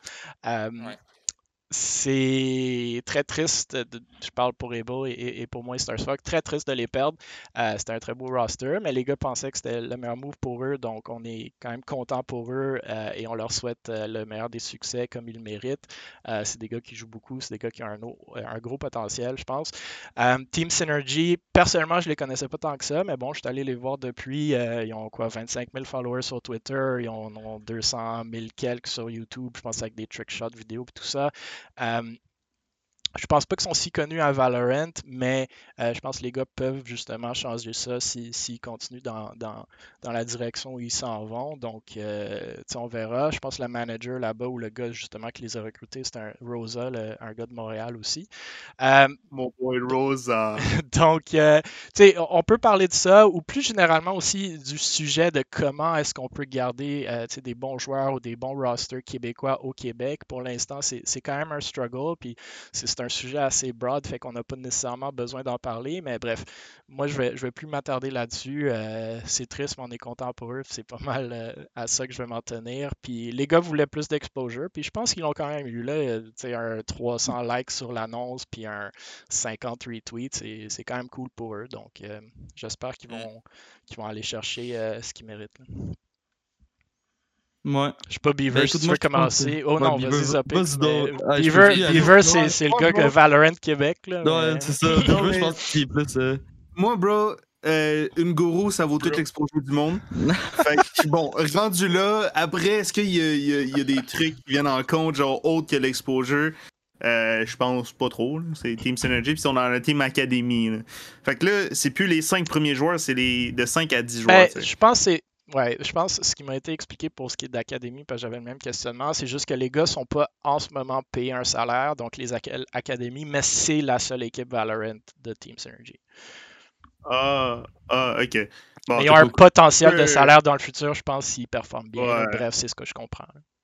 S1: C'est très triste, je parle pour Able et pour moi Stars Fox, très triste de les perdre. C'était un très beau roster, mais les gars pensaient que c'était le meilleur move pour eux, donc on est quand même content pour eux et on leur souhaite le meilleur des succès comme ils le méritent. C'est des gars qui jouent beaucoup, c'est des gars qui ont un gros potentiel, je pense. Team Synergy, personnellement, je les connaissais pas tant que ça, mais bon, je suis allé les voir depuis. Ils ont 25 000 followers sur Twitter, ils en ont 200 000 quelques sur YouTube, je pense avec des trickshots vidéo et tout ça. Je pense pas qu'ils sont si connus à Valorant, mais je pense que les gars peuvent justement changer ça s'ils continuent dans la direction où ils s'en vont. Donc, on verra. Je pense que le manager là-bas ou le gars justement qui les a recrutés, c'est un Rosa, un gars de Montréal aussi.
S2: Mon boy Rosa.
S1: Donc, on peut parler de ça ou plus généralement aussi du sujet de comment est-ce qu'on peut garder des bons joueurs ou des bons rosters québécois au Québec. Pour l'instant, c'est quand même un struggle. Puis c'est c'est un sujet assez broad, fait qu'on n'a pas nécessairement besoin d'en parler, mais bref, moi je vais plus m'attarder là-dessus. C'est triste, mais on est content pour eux, c'est pas mal à ça que je vais m'en tenir. Puis les gars voulaient plus d'exposure, puis je pense qu'ils l'ont quand même eu là, un 300 likes sur l'annonce, puis un 50 retweets, c'est quand même cool pour eux. Donc j'espère qu'ils vont aller chercher ce qu'ils méritent. Là.
S3: Ouais.
S1: Je sais pas, Beaver, si tu veux commencer. Oh non, vas-y, Zopix.
S3: Beaver,
S1: c'est le gars que Valorant Québec. Là,
S3: ouais, c'est ça. Beaver, je pense qu'il est plus.
S2: Moi, bro, une gourou, ça vaut toute l'exposure du monde. Fait que, bon, rendu là, après, est-ce qu'il y a des trucs qui viennent en compte, genre autre que l'exposure? Je pense pas trop. Là. C'est Team Synergy, puis on a un Team Academy. Là. Fait que là, c'est plus les 5 premiers joueurs, c'est les de 5 à 10 joueurs.
S1: Je pense que c'est. Ouais, je pense que ce qui m'a été expliqué pour ce qui est d'académie, parce que j'avais le même questionnement, c'est juste que les gars sont pas en ce moment payés un salaire, donc les académies, mais c'est la seule équipe Valorant de Team Synergy.
S2: Ok. Bon,
S1: ils ont un potentiel de salaire dans le futur, je pense, s'ils performent bien.
S2: Ouais.
S1: Bref, c'est ce que je comprends.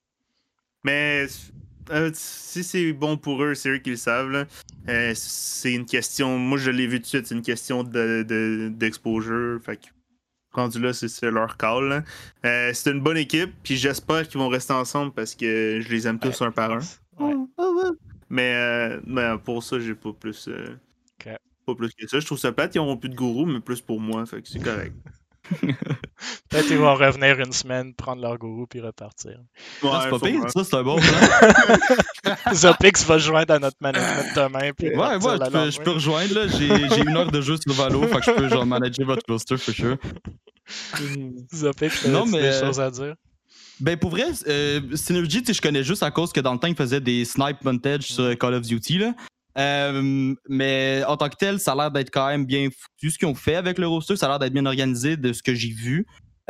S2: Mais si c'est bon pour eux, c'est eux qui le savent. Là. C'est une question. Moi, je l'ai vu tout de suite, c'est une question d'exposure. Fait que rendu là, c'est leur call. C'est une bonne équipe, puis j'espère qu'ils vont rester ensemble parce que je les aime tous un par un.
S1: Ouais.
S2: Mais pour ça, j'ai pas plus. Pas plus que ça. Je trouve ça plate, ils n'auront plus de gourou, mais plus pour moi, fait que c'est correct.
S1: Peut-être qu'ils vont revenir une semaine, prendre leur gourou puis repartir.
S3: Ouais, c'est pas pire, ça, c'est un bon plan.
S1: Zopix va joindre à notre management demain. Puis
S3: je peux rejoindre. Là. J'ai 1 heure de jeu sur Valo, fait que je peux genre manager votre roster, for sure.
S1: Zopix, t'as des choses à dire?
S3: Ben pour vrai, Synergy, je connais juste à cause que dans le temps, ils faisaient des snipe montage sur Call of Duty. Là. Mais en tant que tel, ça a l'air d'être quand même bien foutu ce qu'ils ont fait avec le roster. Ça a l'air d'être bien organisé de ce que j'ai vu.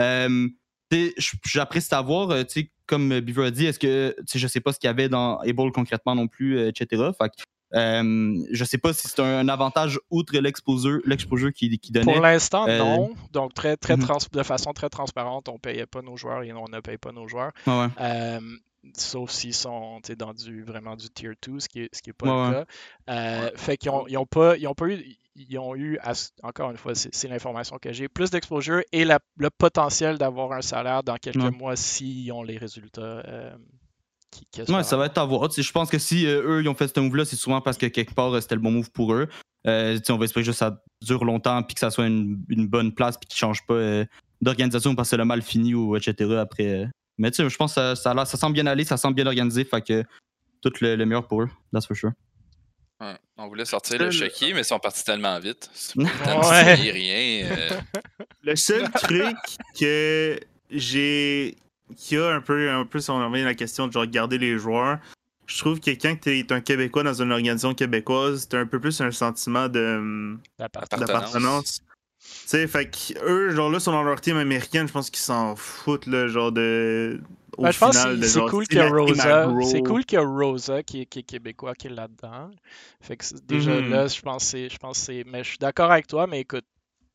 S3: J'apprécie savoir, comme Beaver a dit, est-ce que je sais pas ce qu'il y avait dans Able concrètement non plus, etc. Fait que, je sais pas si c'est un avantage outre l'exposure qui donnait.
S1: Pour l'instant, non. Donc, de façon très transparente, on payait pas nos joueurs et on ne paye pas nos joueurs. Sauf s'ils sont dans vraiment du tier 2, ce qui est pas le cas. Fait qu'ils ont eu, encore une fois, c'est l'information que j'ai, plus d'exposure et le potentiel d'avoir un salaire dans quelques mois s'ils ont les résultats.
S3: Ça va être à voir. Je pense que si eux ils ont fait ce move-là, c'est souvent parce que quelque part c'était le bon move pour eux. On va espérer juste que ça dure longtemps puis que ça soit une bonne place puis qu'ils ne changent pas d'organisation parce que le mal fini ou etc. après. Mais je pense que ça semble bien aller, ça semble bien organisé, fait que tout le meilleur pour eux, that's for sure.
S4: Ouais, on voulait sortir le chéquier, mais ils sont partis tellement vite. Rien.
S2: Le seul truc que j'ai. Qui a un peu si on revient à la question de genre garder les joueurs, je trouve que quand tu es un Québécois dans une organisation québécoise, tu as un peu plus un sentiment d'appartenance. Tu sais, fait qu'eux, genre là, sont dans leur team américaine, je pense qu'ils s'en foutent, là, genre de.
S1: Je pense que c'est cool qu'il y a Rosa. C'est cool qu'il y a Rosa qui est québécois qui est là-dedans. Fait que déjà là, je pense que c'est. Mais je suis d'accord avec toi, mais écoute,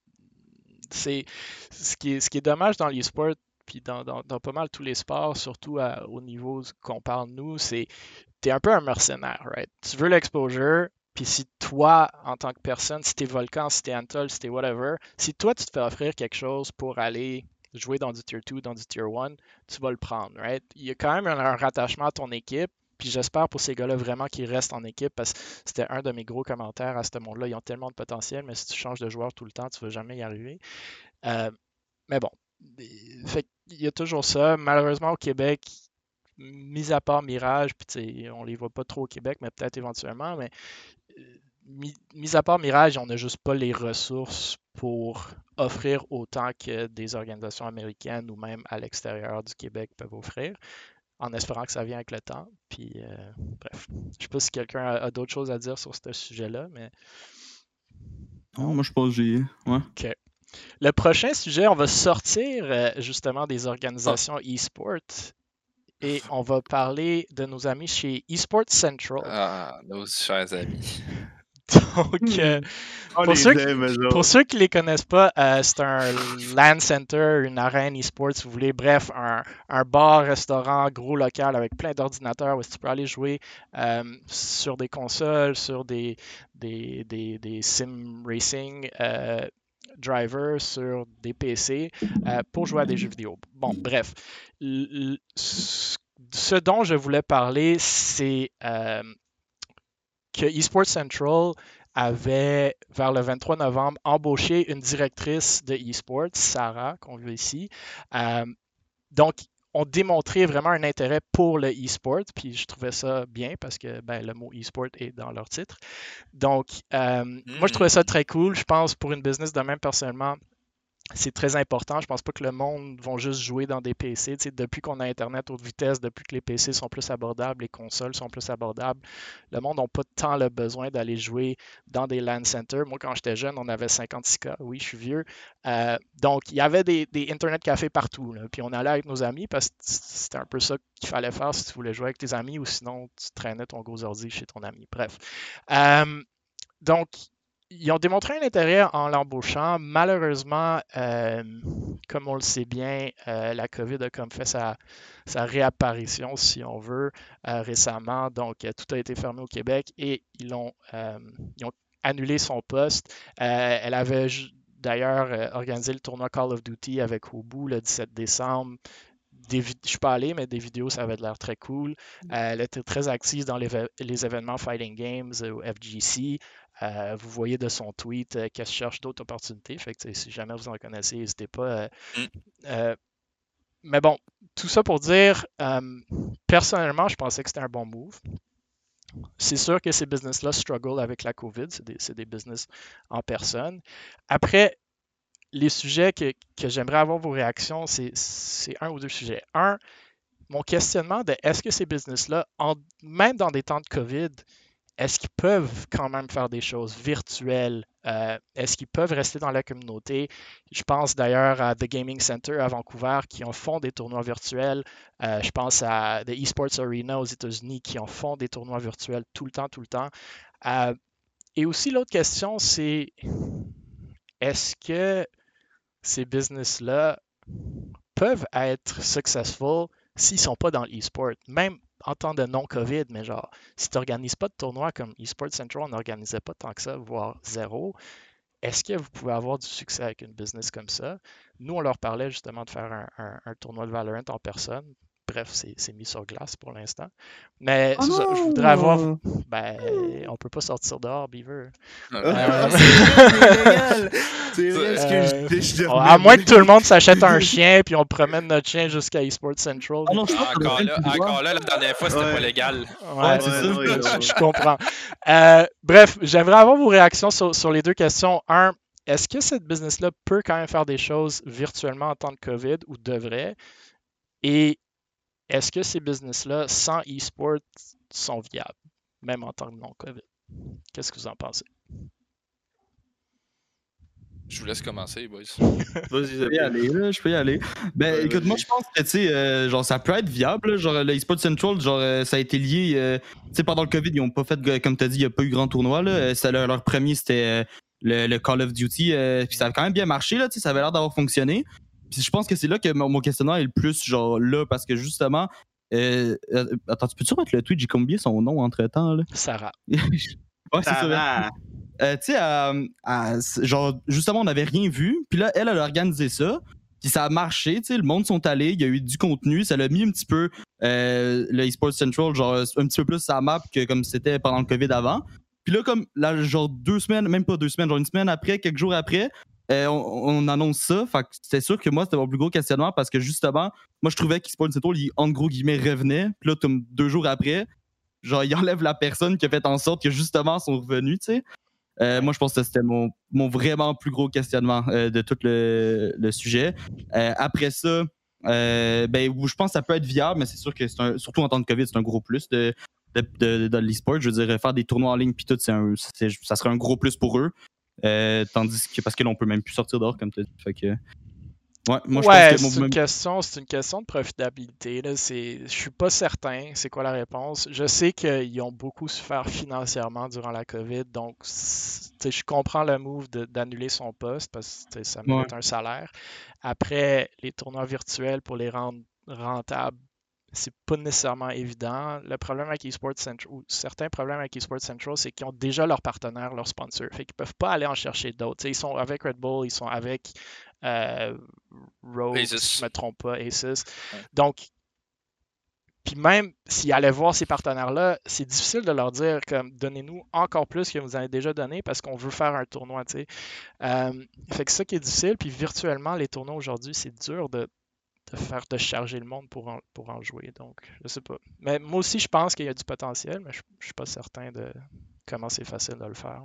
S1: c'est ce qui est dommage dans l'e-sport, puis dans pas mal tous les sports, surtout au niveau qu'on parle nous, c'est t'es un peu un mercenaire, right? Tu veux l'exposure. Puis si toi, en tant que personne, si t'es Volcan, si t'es Antol, si t'es whatever, si toi, tu te fais offrir quelque chose pour aller jouer dans du Tier 2, dans du Tier 1, tu vas le prendre, right? Il y a quand même un rattachement à ton équipe, puis j'espère pour ces gars-là vraiment qu'ils restent en équipe, parce que c'était un de mes gros commentaires à ce monde-là. Ils ont tellement de potentiel, mais si tu changes de joueur tout le temps, tu vas jamais y arriver. Mais bon, fait il y a toujours ça. Malheureusement, au Québec, mis à part Mirage, puis on les voit pas trop au Québec, mais peut-être éventuellement, mais mis à part Mirage, on n'a juste pas les ressources pour offrir autant que des organisations américaines ou même à l'extérieur du Québec peuvent offrir, en espérant que ça vienne avec le temps. Puis, bref, je ne sais pas si quelqu'un a d'autres choses à dire sur ce sujet-là, mais...
S3: Non, moi je pense que j'ai... Ouais.
S1: OK. Le prochain sujet, on va sortir justement des organisations e-sport et on va parler de nos amis chez eSports Central.
S4: Ah, nos chers amis.
S1: Donc, pour ceux qui ne les connaissent pas, c'est un LAN Center, une arène e-sport, si vous voulez. Bref, un bar, restaurant, gros local avec plein d'ordinateurs où tu peux aller jouer sur des consoles, sur des sim racing drivers, sur des PC pour jouer à des jeux vidéo. Bon, bref. Ce dont je voulais parler, c'est que eSports Central avait, vers le 23 novembre, embauché une directrice de eSports, Sarah, qu'on voit ici. Donc, on démontrait vraiment un intérêt pour le eSport, puis je trouvais ça bien parce que le mot eSport est dans leur titre. Donc, moi, je trouvais ça très cool. Je pense pour une business de même, personnellement, c'est très important. Je pense pas que le monde va juste jouer dans des PC. Tu sais, depuis qu'on a Internet haute vitesse, depuis que les PC sont plus abordables, les consoles sont plus abordables, le monde n'a pas tant le besoin d'aller jouer dans des LAN centers. Moi, quand j'étais jeune, on avait 56K. Oui, je suis vieux. Donc, il y avait des Internet cafés partout. Là. Puis on allait avec nos amis parce que c'était un peu ça qu'il fallait faire si tu voulais jouer avec tes amis ou sinon tu traînais ton gros ordi chez ton ami. Bref. Donc, ils ont démontré un intérêt en l'embauchant. Malheureusement, comme on le sait bien, la COVID a comme fait sa réapparition, si on veut, récemment. Donc, tout a été fermé au Québec et ils ont annulé son poste. Elle avait d'ailleurs organisé le tournoi Call of Duty avec Hobu le 17 décembre. Je ne suis pas allé, mais des vidéos, ça avait l'air très cool. Elle était très active dans les événements Fighting Games ou FGC. Vous voyez de son tweet qu'elle cherche d'autres opportunités. Fait que si jamais vous en connaissez, n'hésitez pas. Mais bon, tout ça pour dire, personnellement, je pensais que c'était un bon move. C'est sûr que ces business-là struggle avec la COVID. C'est des business en personne. Après, les sujets que j'aimerais avoir vos réactions, c'est un ou deux sujets. Un, mon questionnement de est-ce que ces business-là, même dans des temps de COVID, est-ce qu'ils peuvent quand même faire des choses virtuelles? Est-ce qu'ils peuvent rester dans la communauté? Je pense d'ailleurs à The Gaming Center à Vancouver qui en font des tournois virtuels. Je pense à The Esports Arena aux États-Unis qui en font des tournois virtuels tout le temps. Et aussi l'autre question, c'est est-ce que ces business-là peuvent être successful s'ils ne sont pas dans l'e-sport? Même en temps de non-COVID, mais genre, si tu n'organises pas de tournoi comme eSports Central, on n'organisait pas tant que ça, voire zéro, est-ce que vous pouvez avoir du succès avec une business comme ça? Nous, on leur parlait justement de faire un tournoi de Valorant en personne. Bref, c'est mis sur glace pour l'instant. Mais je voudrais avoir... on peut pas sortir dehors, Beaver.
S2: C'est vrai,
S1: à moins que tout le monde s'achète un chien puis on promène notre chien jusqu'à eSports Central.
S4: Encore là, la dernière fois, c'était pas légal.
S1: Ouais, c'est ça. Je comprends. Bref, j'aimerais avoir vos réactions sur les deux questions. Un, est-ce que cette business-là peut quand même faire des choses virtuellement en temps de COVID ou devrait? Et est-ce que ces business-là, sans e-sport, sont viables, même en temps de non-COVID? Qu'est-ce que vous en pensez?
S4: Je vous laisse commencer, boys.
S3: Je peux y aller. Écoute, moi, je pense que, tu sais, genre, ça peut être viable. Genre, le eSports Central, genre, ça a été lié. Tu sais, pendant le COVID, ils n'ont pas fait, comme tu as dit, il n'y a pas eu grand tournoi. Là. Leur premier, c'était le Call of Duty. Puis ça a quand même bien marché, là. Tu sais, ça avait l'air d'avoir fonctionné. Puis je pense que c'est là que mon questionnement est le plus, genre, là, parce que justement. Attends, tu peux-tu remettre le tweet? J'ai oublié son nom entre-temps, là.
S1: Sarah.
S3: Ouais, c'est ça. Tu sais, genre, justement, on n'avait rien vu. Puis là, elle a organisé ça. Puis ça a marché, tu sais, le monde sont allés. Il y a eu du contenu. Ça l'a mis un petit peu le eSports Central, genre, un petit peu plus sa map que comme c'était pendant le COVID avant. Puis là, comme, là, genre, 2 semaines, même pas 2 semaines, genre une semaine après, quelques jours après, on annonce ça. Fait que c'était sûr que moi, c'était mon plus gros questionnement parce que justement, moi, je trouvais qu'eSports Central, il, en gros guillemets, revenait. Puis là, 2 jours après, genre, il enlève la personne qui a fait en sorte que justement, sont revenus, tu sais. Moi, je pense que c'était mon vraiment plus gros questionnement de tout le sujet. Après ça, je pense que ça peut être viable, mais c'est sûr que surtout en temps de COVID, c'est un gros plus de l'e-sport. Je veux dire, faire des tournois en ligne puis tout, ça serait un gros plus pour eux. Tandis que parce que là, on peut même plus sortir dehors, comme tu as dit. Fait que, moi,
S1: Ouais,
S3: je pense que
S1: c'est une question de profitabilité. Là. Je suis pas certain c'est quoi la réponse. Je sais qu'ils ont beaucoup souffert financièrement durant la COVID, donc je comprends le move d'annuler son poste parce que ça
S3: ouais.
S1: mérite un salaire. Après, les tournois virtuels pour les rendre rentables, c'est pas nécessairement évident. Le problème avec eSports Central, ou certains problèmes avec eSports Central, c'est qu'ils ont déjà leurs partenaires, leurs sponsors. Fait qu'ils peuvent pas aller en chercher d'autres. Ils sont avec Red Bull, ils sont avec Rogue, si je ne me trompe pas, Asus.
S4: Ouais.
S1: Donc, puis même s'ils allaient voir ces partenaires-là, c'est difficile de leur dire comme donnez-nous encore plus que vous avez déjà donné parce qu'on veut faire un tournoi. Fait que c'est ça qui est difficile. Puis virtuellement, les tournois aujourd'hui, c'est dur de charger le monde pour en jouer. Donc, je sais pas. Mais moi aussi, je pense qu'il y a du potentiel, mais je suis pas certain de comment c'est facile de le faire.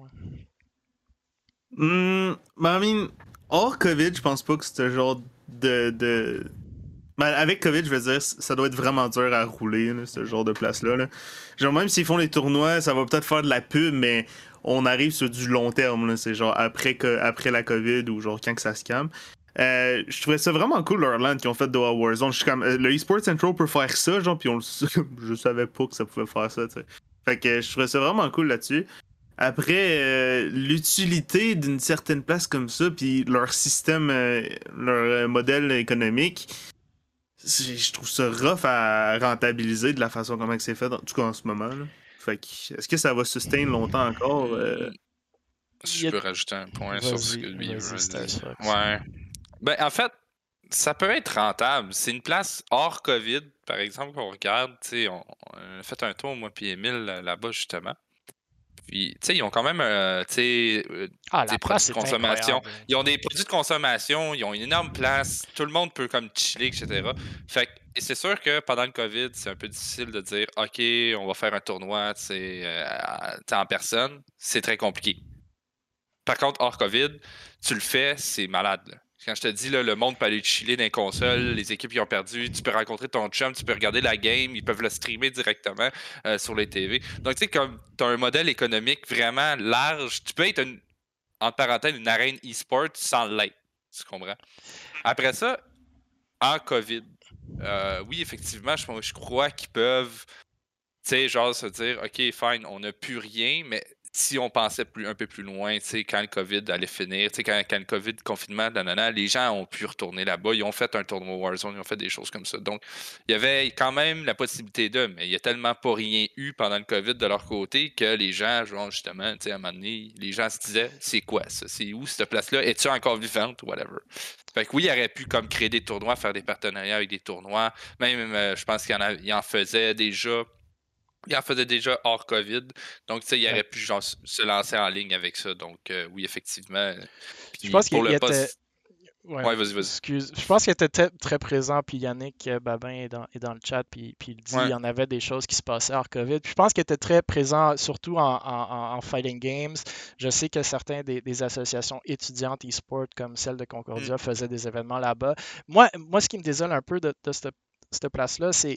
S2: Hors COVID, je pense pas que c'est ce genre de... Ben, avec COVID, je veux dire, ça doit être vraiment dur à rouler, là, ce genre de place-là. Là. Genre, même s'ils font les tournois, ça va peut-être faire de la pub, mais on arrive sur du long terme. Là. C'est genre après la COVID ou genre quand que ça se calme. Je trouvais ça vraiment cool, l'Orland, qui ont fait Doha Warzone. Je suis comme, le eSports Central peut faire ça, genre, puis je savais pas que ça pouvait faire ça, tu sais. Fait que je trouvais ça vraiment cool là-dessus. Après, l'utilité d'une certaine place comme ça, puis leur système, leur modèle économique, je trouve ça rough à rentabiliser de la façon comment c'est fait, en tout cas en ce moment. Là. Fait que, est-ce que ça va sustain longtemps encore?
S4: Je peux rajouter un point sur ce que lui veut dire. Ouais. Ben, en fait, ça peut être rentable. C'est une place hors COVID, par exemple, qu'on regarde. On a fait un tour, moi puis Émile, là-bas, justement. Puis, ils ont quand même des produits de consommation. Ils ont des produits de consommation, ils ont une énorme place. Tout le monde peut comme chiller, etc. Fait et c'est sûr que pendant le COVID, c'est un peu difficile de dire OK, on va faire un tournoi en personne. C'est très compliqué. Par contre, hors COVID, tu le fais, c'est malade. Là. Quand je te dis, là, le monde peut aller chiller dans les consoles, les équipes qui ont perdu, tu peux rencontrer ton chum, tu peux regarder la game, ils peuvent le streamer directement sur les TV. Donc, tu sais, comme tu as un modèle économique vraiment large, tu peux être, entre parenthèses, une arène e-sport sans l'être. Tu comprends? Après ça, en COVID, oui, effectivement, je crois qu'ils peuvent, tu sais, genre se dire, OK, fine, on n'a plus rien, mais si on pensait un peu plus loin, quand le COVID allait finir, quand le COVID, confinement, les gens ont pu retourner là-bas. Ils ont fait un tournoi Warzone, ils ont fait des choses comme ça. Donc, il y avait quand même la possibilité d'eux, mais il n'y a tellement pas rien eu pendant le COVID de leur côté que les gens, genre, justement, à un moment donné, les gens se disaient, c'est quoi ça? C'est où cette place-là? Es-tu encore vivante? Whatever. Fait que oui, il aurait pu comme créer des tournois, faire des partenariats avec des tournois. Même, je pense qu'il en faisait déjà. Il en faisait déjà hors COVID. Donc, tu sais, il aurait pu genre, se lancer en ligne avec ça. Donc, oui, effectivement.
S1: Puis, je pense qu'il
S4: était...
S1: Ouais, vas-y. Excuse. Je pense qu'il était très présent. Puis Yannick Babin est dans le chat. Puis il dit qu'il y en avait des choses qui se passaient hors COVID. Puis je pense qu'il était très présent, surtout en Fighting Games. Je sais que certains des associations étudiantes e-sport, comme celle de Concordia, faisaient des événements là-bas. Moi, ce qui me désole un peu de cette place-là, c'est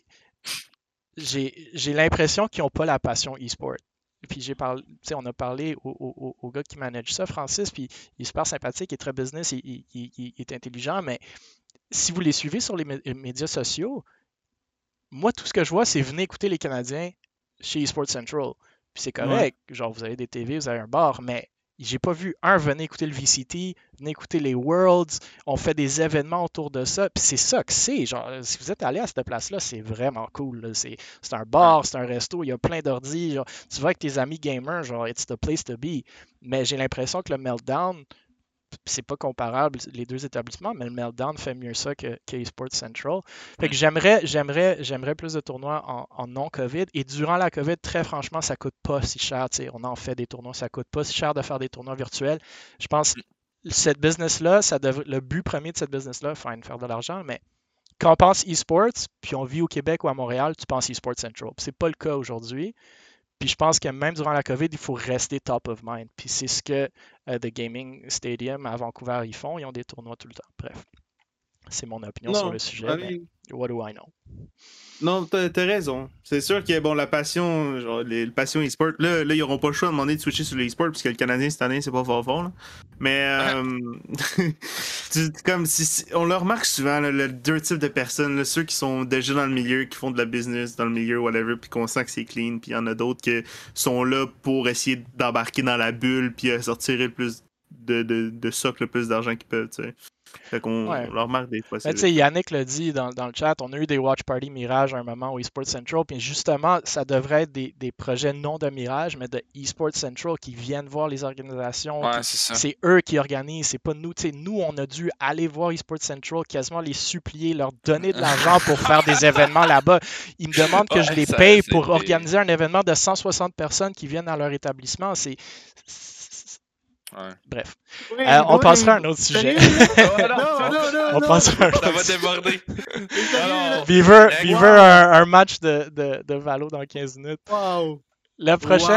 S1: j'ai l'impression qu'ils n'ont pas la passion e-sport. Puis on a parlé au gars qui manage ça, Francis, puis il est super sympathique, il est très business, il est intelligent, mais si vous les suivez sur les médias sociaux, moi, tout ce que je vois, c'est venez écouter les Canadiens chez eSports Central. Puis c'est correct, genre vous avez des TV, vous avez un bar, mais j'ai pas vu venez écouter le VCT, venez écouter les Worlds, on fait des événements autour de ça, puis c'est ça que c'est, genre, si vous êtes allé à cette place-là, c'est vraiment cool, là. C'est un bar, c'est un resto, il y a plein d'ordi, genre, tu vas avec tes amis gamers, genre, it's the place to be, mais j'ai l'impression que le Meltdown, c'est pas comparable les deux établissements, mais le Meltdown fait mieux ça que eSports Central. Fait que j'aimerais plus de tournois en non-COVID. Et durant la COVID, très franchement, ça coûte pas si cher. T'sais, on en fait des tournois, ça coûte pas si cher de faire des tournois virtuels. Je pense que cette business-là, le but premier de cette business-là, fine, faire de l'argent, mais quand on pense eSports, puis on vit au Québec ou à Montréal, tu penses eSports Central. C'est pas le cas aujourd'hui. Puis je pense que même durant la COVID, il faut rester top of mind. Puis c'est ce que The Gaming Stadium à Vancouver, ils font. Ils ont des tournois tout le temps. Bref, c'est mon opinion sur le sujet. What do I know?
S2: Non, t'as raison. C'est sûr que bon, la passion, genre les passions e-sport, là, ils n'auront pas le choix de demander de switcher sur le e-sport, puisque le Canadien cette année, c'est pas fort. Là. Mais comme si on le remarque souvent, là, le deux types de personnes, là, ceux qui sont déjà dans le milieu, qui font de la business dans le milieu, whatever, puis qu'on sent que c'est clean, puis il y en a d'autres qui sont là pour essayer d'embarquer dans la bulle, puis sortir le plus de socle, le plus d'argent qu'ils peuvent, tu sais. Fait qu'on leur remarque des fois.
S1: Yannick l'a dit dans le chat, on a eu des Watch Party Mirage à un moment au eSports Central, puis justement, ça devrait être des projets non de Mirage, mais de eSports Central qui viennent voir les organisations.
S4: Ouais, c'est
S1: eux qui organisent, c'est pas nous. Nous, on a dû aller voir eSports Central, quasiment les supplier, leur donner de l'argent pour faire des événements là-bas. Ils me demandent que je les paye pour organiser un événement de 160 personnes qui viennent à leur établissement.
S4: Ouais.
S1: Bref, on passera à un autre sujet.
S2: On
S1: passera.
S4: Ça va déborder.
S1: Beaver un match de Valo dans 15 minutes.
S2: Wow.
S1: Le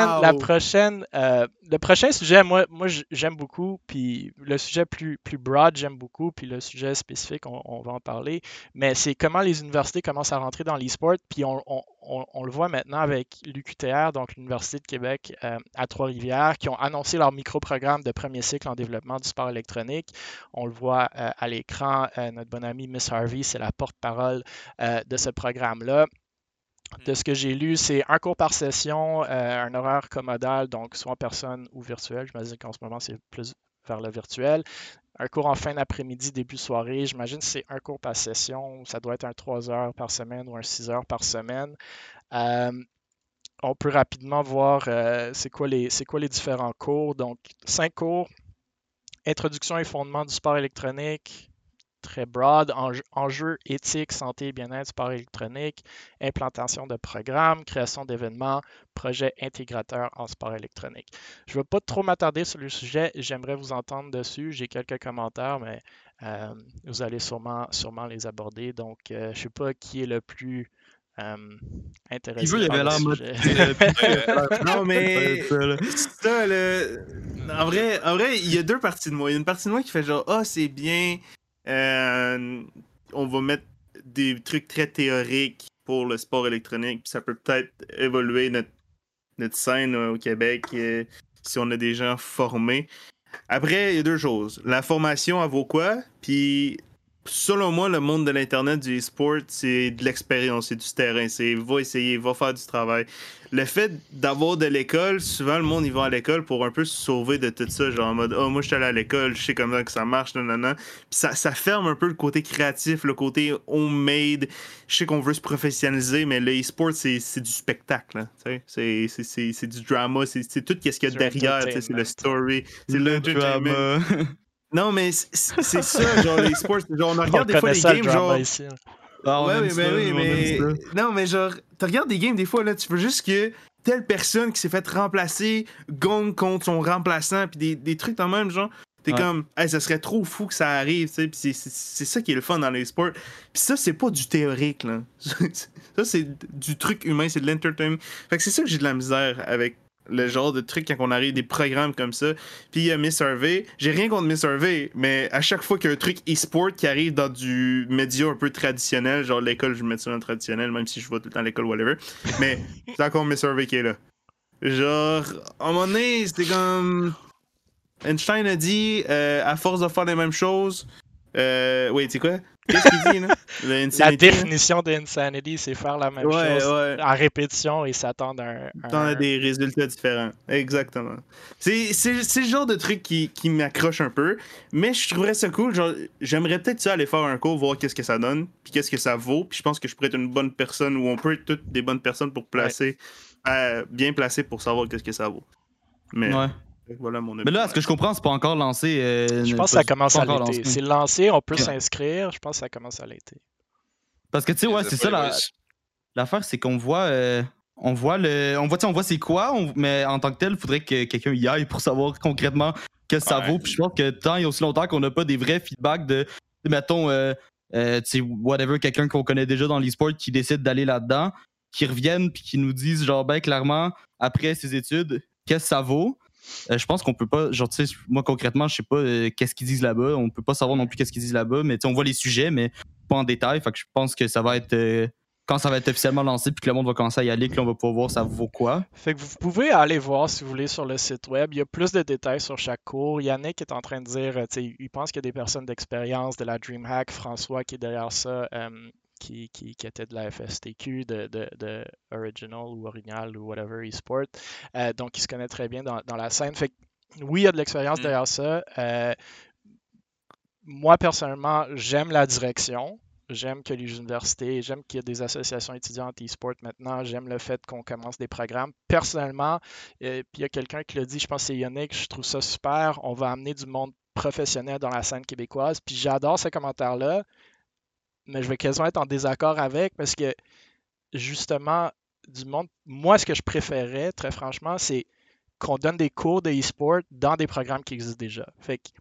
S1: prochain sujet, moi j'aime beaucoup, puis le sujet plus broad, j'aime beaucoup, puis le sujet spécifique, on va en parler, mais c'est comment les universités commencent à rentrer dans l'e-sport, puis on le voit maintenant avec l'UQTR, donc l'Université de Québec à Trois-Rivières, qui ont annoncé leur micro-programme de premier cycle en développement du sport électronique. On le voit à l'écran, notre bonne amie Miss Harvey, c'est la porte-parole de ce programme-là. De ce que j'ai lu, c'est un cours par session, un horaire commodal, donc soit en personne ou virtuel. J'imagine qu'en ce moment, c'est plus vers le virtuel. Un cours en fin d'après-midi, début de soirée. J'imagine que c'est un cours par session. Ça doit être un 3 heures par semaine ou un 6 heures par semaine. On peut rapidement voir c'est quoi les différents cours. Donc, 5 cours. Introduction et fondement du sport électronique. Très broad, enjeux éthiques, santé et bien-être, sport électronique, implantation de programmes, création d'événements, projet intégrateur en sport électronique. Je ne veux pas trop m'attarder sur le sujet, j'aimerais vous entendre dessus. J'ai quelques commentaires, mais vous allez sûrement les aborder. Donc, je ne sais pas qui est le plus intéressé par le sujet.
S2: Non, mais ça, en vrai, il y a deux parties de moi. Il y a une partie de moi qui fait genre, c'est bien. On va mettre des trucs très théoriques pour le sport électronique, puis ça peut peut-être évoluer notre scène au Québec si on a des gens formés. Après, il y a deux choses. La formation, elle vaut quoi? Puis, selon moi, le monde de l'Internet, du e-sport, c'est de l'expérience, c'est du terrain. C'est va essayer, va faire du travail. Le fait d'avoir de l'école, souvent le monde, il va à l'école pour un peu se sauver de tout ça. Genre en mode, moi je suis allé à l'école, je sais comment que ça marche, nanana. Puis ça ferme un peu le côté créatif, le côté homemade. Je sais qu'on veut se professionnaliser, mais le e-sport, c'est du spectacle. Hein, c'est du drama, c'est tout ce qu'il y a derrière. C'est le story, c'est l'entertainment. Non, mais c'est ça, genre les sports. Genre, on regarde des fois les games, genre.
S1: Ici,
S2: non, mais genre, tu regardes des games, des fois, là, tu veux juste que telle personne qui s'est fait remplacer gagne contre son remplaçant, puis des trucs dans le même genre. T'es comme, ça serait trop fou que ça arrive, tu sais. Puis c'est ça qui est le fun dans les sports. Puis ça, c'est pas du théorique, là. Ça, c'est du truc humain, c'est de l'entertainment. Fait que c'est ça que j'ai de la misère avec le genre de truc quand on arrive des programmes comme ça. Puis il y a Miss Harvey. J'ai rien contre Miss Harvey, mais à chaque fois qu'il y a un truc e-sport qui arrive dans du média un peu traditionnel, genre l'école, je vais mettre ça dans le traditionnel, même si je vais tout le temps à l'école, whatever. Mais c'est encore Miss Harvey qui est là. Genre, à un moment donné, c'était comme. Einstein a dit, à force de faire les mêmes choses. Oui, tu sais quoi? Qu'est-ce qu'il dit, là?
S1: La définition d'insanity, c'est faire la même chose en répétition et s'attendre à
S2: des résultats différents. Exactement. C'est le genre de truc qui m'accroche un peu, mais je trouverais ça cool. Genre, j'aimerais peut-être ça aller faire un cours, voir qu'est-ce que ça donne, puis qu'est-ce que ça vaut. Puis je pense que je pourrais être une bonne personne, ou on peut être toutes des bonnes personnes pour placer, bien placées pour savoir qu'est-ce que ça vaut. Mais... Voilà mon
S3: mais là, ce que je comprends, c'est pas encore lancé.
S1: Je pense que ça commence à l'été. C'est lancé, on peut s'inscrire. Je pense que ça commence à l'été.
S3: Parce que, tu sais, c'est ça l'affaire, c'est qu'on voit. On voit c'est quoi, mais en tant que tel, il faudrait que quelqu'un y aille pour savoir concrètement ce que ça vaut. Puis je pense que tant et aussi longtemps qu'on n'a pas des vrais feedbacks de mettons, whatever, quelqu'un qu'on connaît déjà dans l'e-sport qui décide d'aller là-dedans, qui reviennent puis qui nous disent, genre, ben clairement, après ses études, qu'est-ce que ça vaut. Je pense qu'on peut pas, genre, tu sais, moi concrètement, je sais pas qu'est-ce qu'ils disent là-bas. On peut pas savoir non plus qu'est-ce qu'ils disent là-bas, mais on voit les sujets, mais pas en détail. Fait que je pense que ça va être quand ça va être officiellement lancé puis que le monde va commencer à y aller, que là, on va pouvoir voir ça vaut quoi.
S1: Fait que vous pouvez aller voir si vous voulez sur le site web. Il y a plus de détails sur chaque cours. Yannick est en train de dire, il pense qu'il y a des personnes d'expérience de la DreamHack. François qui est derrière ça, qui était de la FSTQ, de Original ou Original ou whatever eSport. Donc il se connaît très bien dans la scène. Fait que oui, il y a de l'expérience derrière ça. Moi, personnellement, j'aime la direction. J'aime que les universités, j'aime qu'il y ait des associations étudiantes e-sport maintenant. J'aime le fait qu'on commence des programmes. Personnellement, puis il y a quelqu'un qui l'a dit, je pense que c'est Yannick, je trouve ça super. On va amener du monde professionnel dans la scène québécoise. Puis j'adore ce commentaire-là, mais je vais quasiment être en désaccord avec parce que justement, du monde, moi, ce que je préférais, très franchement, c'est qu'on donne des cours de e-sport dans des programmes qui existent déjà. Fait que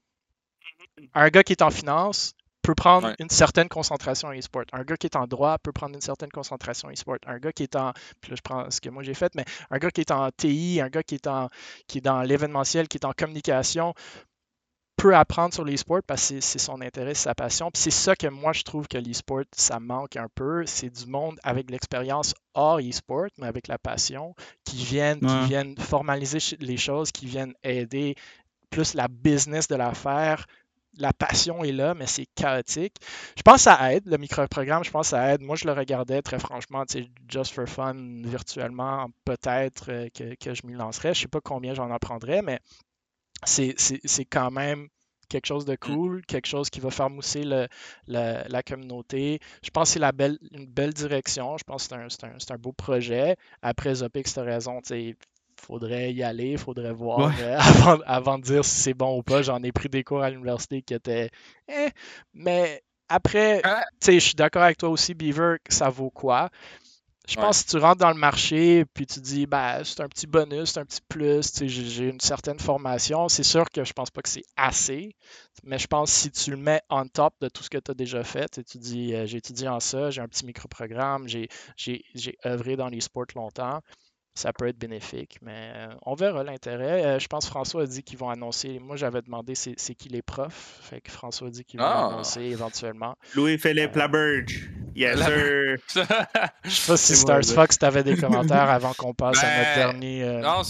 S1: un gars qui est en finance peut prendre une certaine concentration e-sport. Un gars qui est en droit peut prendre une certaine concentration e-sport. Un gars qui est en... Puis là, je prends ce que moi j'ai fait, mais un gars qui est en TI, un gars qui est dans l'événementiel, qui est en communication, peut apprendre sur l'e-sport parce que c'est son intérêt, c'est sa passion. Puis c'est ça que moi, je trouve que l'e-sport, ça manque un peu. C'est du monde avec l'expérience hors e-sport, mais avec la passion, qui viennent formaliser les choses, qui viennent aider plus la business de l'affaire. La passion est là, mais c'est chaotique. Je pense que ça aide, le micro-programme, je pense que ça aide. Moi, je le regardais très franchement, just for fun, virtuellement, peut-être que je m'y lancerais. Je ne sais pas combien j'en apprendrais, mais c'est quand même quelque chose de cool, quelque chose qui va faire mousser la communauté. Je pense que c'est une belle direction. Je pense que c'est un beau projet. Après, Zopix, tu as raison, faudrait y aller, faudrait voir avant de dire si c'est bon ou pas. J'en ai pris des cours à l'université qui étaient mais après, je suis d'accord avec toi aussi, Beaver, que ça vaut quoi? Je pense que si tu rentres dans le marché puis tu dis c'est un petit bonus, c'est un petit plus, j'ai une certaine formation, c'est sûr que je pense pas que c'est assez, mais je pense que si tu le mets on top de tout ce que tu as déjà fait, tu dis j'ai étudié en ça, j'ai un petit micro-programme, j'ai œuvré dans les sports longtemps. Ça peut être bénéfique, mais on verra l'intérêt. Je pense que François a dit qu'ils vont annoncer. Moi, j'avais demandé c'est qui les profs. Fait que François a dit qu'ils vont annoncer éventuellement.
S2: Louis-Philippe Laberge. Yes, sir.
S1: Je sais pas si Stars Fox, tu avais des commentaires avant qu'on passe à notre dernier.
S4: Non,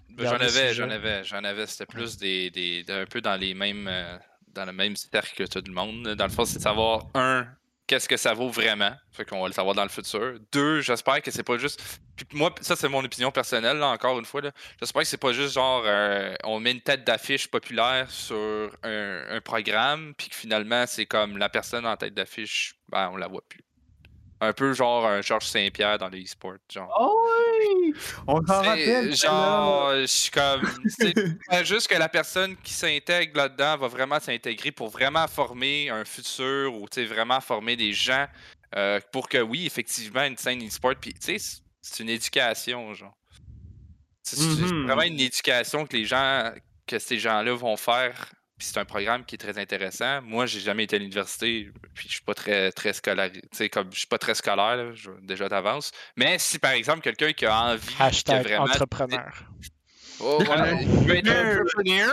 S4: j'en avais. C'était plus un peu dans les mêmes. Dans le même cercle que tout le monde. Dans le fond, c'est de savoir, qu'est-ce que ça vaut vraiment? Fait qu'on va le savoir dans le futur. 2, j'espère que c'est pas juste... Puis moi, ça, c'est mon opinion personnelle, là, encore une fois. Là. J'espère que c'est pas juste genre... on met une tête d'affiche populaire sur un programme, puis que finalement, c'est comme la personne en tête d'affiche, on la voit plus. Un peu genre un Georges Saint-Pierre dans les e-sports. Genre.
S2: Oh oui! On s'en rappelle.
S4: Genre, je suis comme. C'est juste que la personne qui s'intègre là-dedans va vraiment s'intégrer pour vraiment former un futur ou vraiment former des gens pour que, oui, effectivement, une scène e-sport. Puis, tu sais, c'est une éducation, genre. C'est vraiment une éducation que ces gens-là vont faire. Puis c'est un programme qui est très intéressant. Moi, j'ai jamais été à l'université, puis je suis pas très scolaire. Comme je suis pas très scolaire, là, déjà d'avance. Mais si par exemple quelqu'un qui a envie
S1: Hashtag
S4: vraiment
S1: entrepreneur.
S4: Oh, voilà. Il veut être entrepreneur,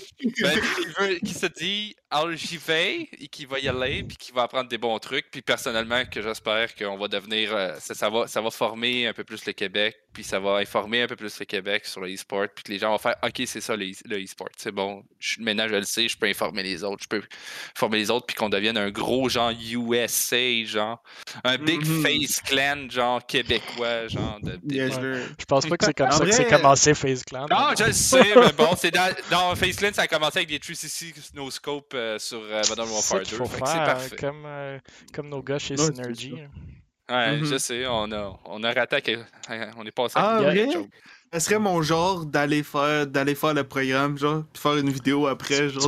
S4: qui se dit j'y vais et qui va y aller puis qui va apprendre des bons trucs. Puis personnellement, que j'espère qu'on va devenir ça va former un peu plus le Québec, puis ça va informer un peu plus le Québec sur le e-sport, puis que les gens vont faire OK, c'est ça le e-sport. C'est bon, maintenant je le sais, je peux informer les autres, puis qu'on devienne un gros genre USA, genre un big face clan genre québécois, genre
S1: Je pense pas que c'est comme ça que c'est commencé Face Clan.
S4: Non, je le sais, mais bon, c'est dans Face Clan, ça a commencé avec des 3CC No Scope sur Modern Warfare 2.
S1: C'est parfait. Comme nos gars chez Synergy.
S4: Ouais, je sais, on a raté, on est passé
S2: à ça serait mon genre d'aller faire le programme, genre, puis faire une vidéo après, genre.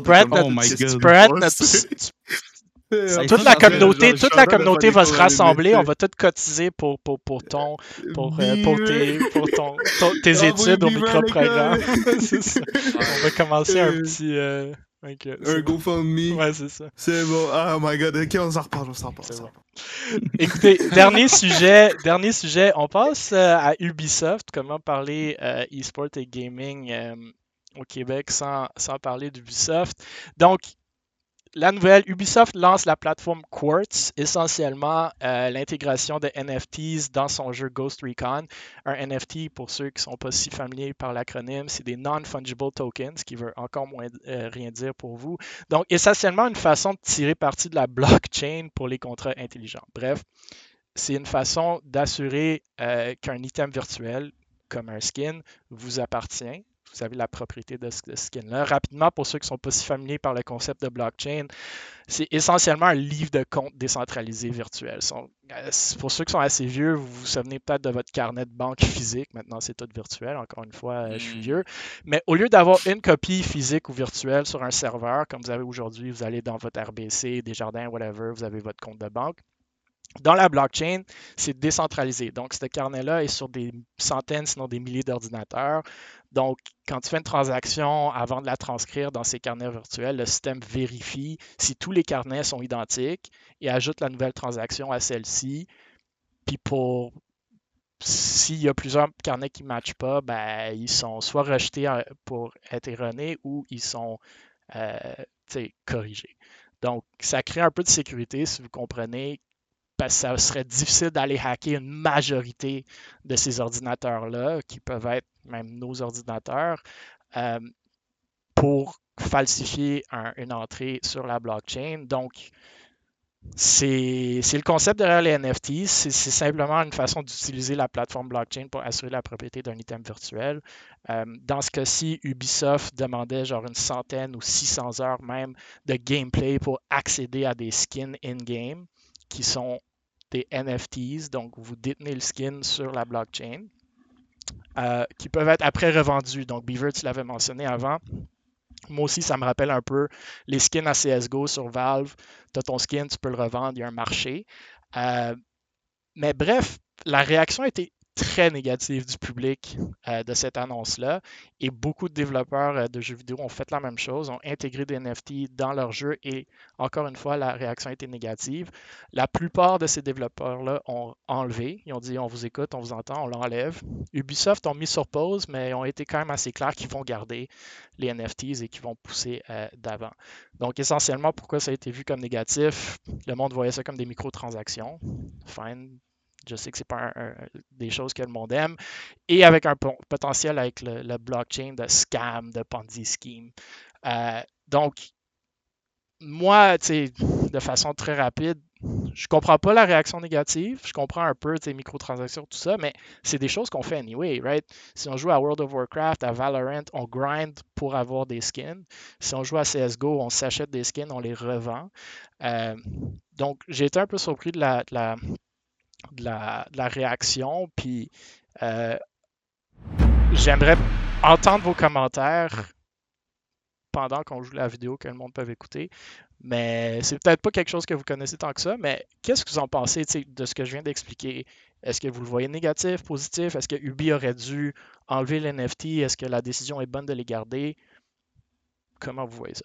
S1: Toute la communauté va se rassembler, on va tous cotiser pour tes études au micro-programme. C'est ça. On va commencer un petit...
S2: un GoFundMe.
S1: Ouais, c'est ça.
S2: C'est bon. Oh my god, ok, on s'en reparle.
S1: Bon. Écoutez, dernier sujet, on passe à Ubisoft. Comment parler e-sport et gaming au Québec sans parler d'Ubisoft. Donc, la nouvelle, Ubisoft lance la plateforme Quartz, essentiellement l'intégration de NFTs dans son jeu Ghost Recon. Un NFT, pour ceux qui ne sont pas si familiers par l'acronyme, c'est des non-fungible tokens, qui veut encore moins rien dire pour vous. Donc, essentiellement une façon de tirer parti de la blockchain pour les contrats intelligents. Bref, c'est une façon d'assurer qu'un item virtuel, comme un skin, vous appartient. Vous avez la propriété de ce skin-là. Rapidement, pour ceux qui ne sont pas si familiers par le concept de blockchain, c'est essentiellement un livre de compte décentralisé virtuel. Pour ceux qui sont assez vieux, vous vous souvenez peut-être de votre carnet de banque physique. Maintenant, c'est tout virtuel. Encore une fois, je suis vieux. Mais au lieu d'avoir une copie physique ou virtuelle sur un serveur, comme vous avez aujourd'hui, vous allez dans votre RBC, Desjardins, whatever, vous avez votre compte de banque. Dans la blockchain, c'est décentralisé. Donc, ce carnet-là est sur des centaines, sinon des milliers d'ordinateurs. Donc, quand tu fais une transaction, avant de la transcrire dans ces carnets virtuels, le système vérifie si tous les carnets sont identiques et ajoute la nouvelle transaction à celle-ci. Puis s'il y a plusieurs carnets qui ne matchent pas, ben, ils sont soit rejetés pour être erronés ou ils sont corrigés. Donc, ça crée un peu de sécurité, si vous comprenez, parce que ça serait difficile d'aller hacker une majorité de ces ordinateurs-là, qui peuvent être même nos ordinateurs, pour falsifier une entrée sur la blockchain. Donc, c'est le concept derrière les NFT. C'est simplement une façon d'utiliser la plateforme blockchain pour assurer la propriété d'un item virtuel. Dans ce cas-ci, Ubisoft demandait genre une centaine ou 600 heures même de gameplay pour accéder à des skins in-game qui sont des NFTs, donc vous détenez le skin sur la blockchain, qui peuvent être après revendus. Donc Beaver, tu l'avais mentionné avant. Moi aussi, ça me rappelle un peu les skins à CSGO sur Valve. Tu as ton skin, tu peux le revendre, il y a un marché. Mais bref, la réaction a été très négative du public de cette annonce-là. Et beaucoup de développeurs de jeux vidéo ont fait la même chose, ont intégré des NFT dans leur jeu et encore une fois, la réaction a été négative. La plupart de ces développeurs-là ont enlevé. Ils ont dit on vous écoute, on vous entend, on l'enlève. Ubisoft ont mis sur pause, mais ont été quand même assez clairs qu'ils vont garder les NFTs et qu'ils vont pousser d'avant. Donc essentiellement, pourquoi ça a été vu comme négatif? Le monde voyait ça comme des microtransactions. Fine. Je sais que ce n'est pas des choses que le monde aime. Et avec un potentiel avec le blockchain de scam, de Ponzi scheme. Donc, moi, de façon très rapide, je comprends pas la réaction négative. Je comprends un peu tes microtransactions, tout ça, mais c'est des choses qu'on fait anyway, right? Si on joue à World of Warcraft, à Valorant, on grind pour avoir des skins. Si on joue à CSGO, on s'achète des skins, on les revend. Donc, j'ai été un peu surpris de la réaction, puis j'aimerais entendre vos commentaires pendant qu'on joue la vidéo que le monde peut écouter, mais c'est peut-être pas quelque chose que vous connaissez tant que ça, mais qu'est-ce que vous en pensez de ce que je viens d'expliquer? Est-ce que vous le voyez négatif, positif? Est-ce que Ubi aurait dû enlever les NFT? Est-ce que la décision est bonne de les garder? Comment vous voyez ça?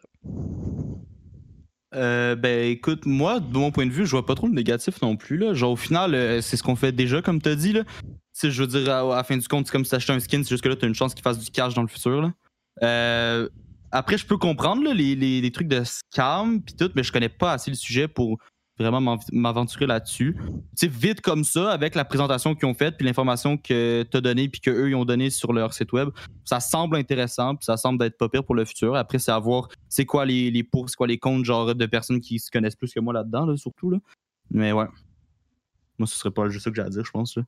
S3: Ben écoute, moi, de mon point de vue, je vois pas trop le négatif non plus. Là. Genre au final, c'est ce qu'on fait déjà, comme t'as dit. Là. Je veux dire, à la fin du compte, c'est comme si t'achetais un skin, c'est juste que là, t'as une chance qu'il fasse du cash dans le futur. Là. Après, je peux comprendre là, les trucs de scam pis tout, mais je connais pas assez le sujet pour vraiment m'aventurer là-dessus. Tu sais, vite comme ça, avec la présentation qu'ils ont faite puis l'information que t'as donnée puis qu'eux, ils ont donné sur leur site web, ça semble intéressant puis ça semble être pas pire pour le futur. Après, c'est à voir c'est quoi les pour, c'est quoi les comptes genre de personnes qui se connaissent plus que moi là-dedans, là, surtout. Là. Mais ouais. Moi, ce serait pas juste ça que j'ai à dire, je pense. Là.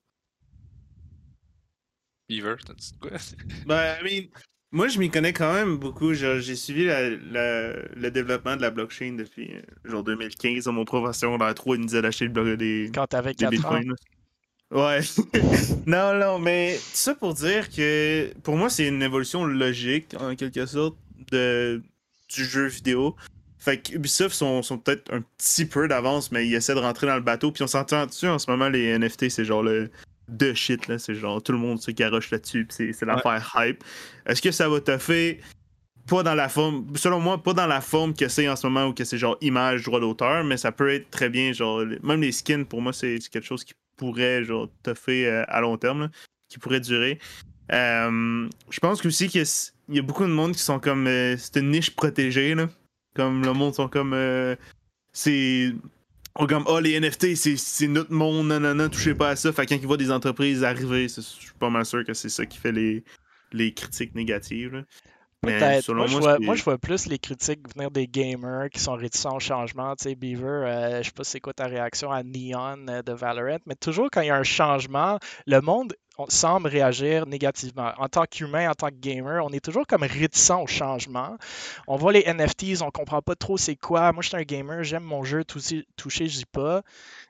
S4: Beaver, t'as dit quoi?
S2: Ben, moi, je m'y connais quand même beaucoup. J'ai suivi le développement de la blockchain depuis genre 2015. Mon professeur dans la 3, il me disait d'acheter des
S1: quand t'avais 4
S2: bitcoins. Ans. Ouais. non, mais tout ça pour dire que pour moi, c'est une évolution logique, en quelque sorte, du jeu vidéo. Fait que Ubisoft sont peut-être un petit peu d'avance, mais ils essaient de rentrer dans le bateau. Puis on s'entend dessus en ce moment, les NFT, c'est genre de shit, là. C'est genre tout le monde se garoche là-dessus, puis c'est l'affaire hype. Est-ce que ça va toffer? Pas dans la forme, selon moi, pas dans la forme que c'est en ce moment, ou que c'est genre image, droit d'auteur, mais ça peut être très bien, genre, même les skins, pour moi, c'est quelque chose qui pourrait, genre, toffer à long terme, là, qui pourrait durer. Je pense aussi qu'il y a beaucoup de monde qui sont comme, c'est une niche protégée, là. Comme le monde sont comme c'est comme les NFT c'est notre monde, non, touchez pas à ça. Fait quand ils voient des entreprises arriver, je suis pas mal sûr que c'est ça qui fait les critiques négatives. Là.
S1: Peut-être. Moi, je vois plus les critiques venir des gamers qui sont réticents au changement. Tu sais, Beaver, je sais pas c'est quoi ta réaction à Neon de Valorant, mais toujours quand il y a un changement, le monde semble réagir négativement. En tant qu'humain, en tant que gamer, on est toujours comme réticent au changement. On voit les NFTs, on comprend pas trop c'est quoi. Moi, je suis un gamer, j'aime mon jeu, toucher, je dis pas.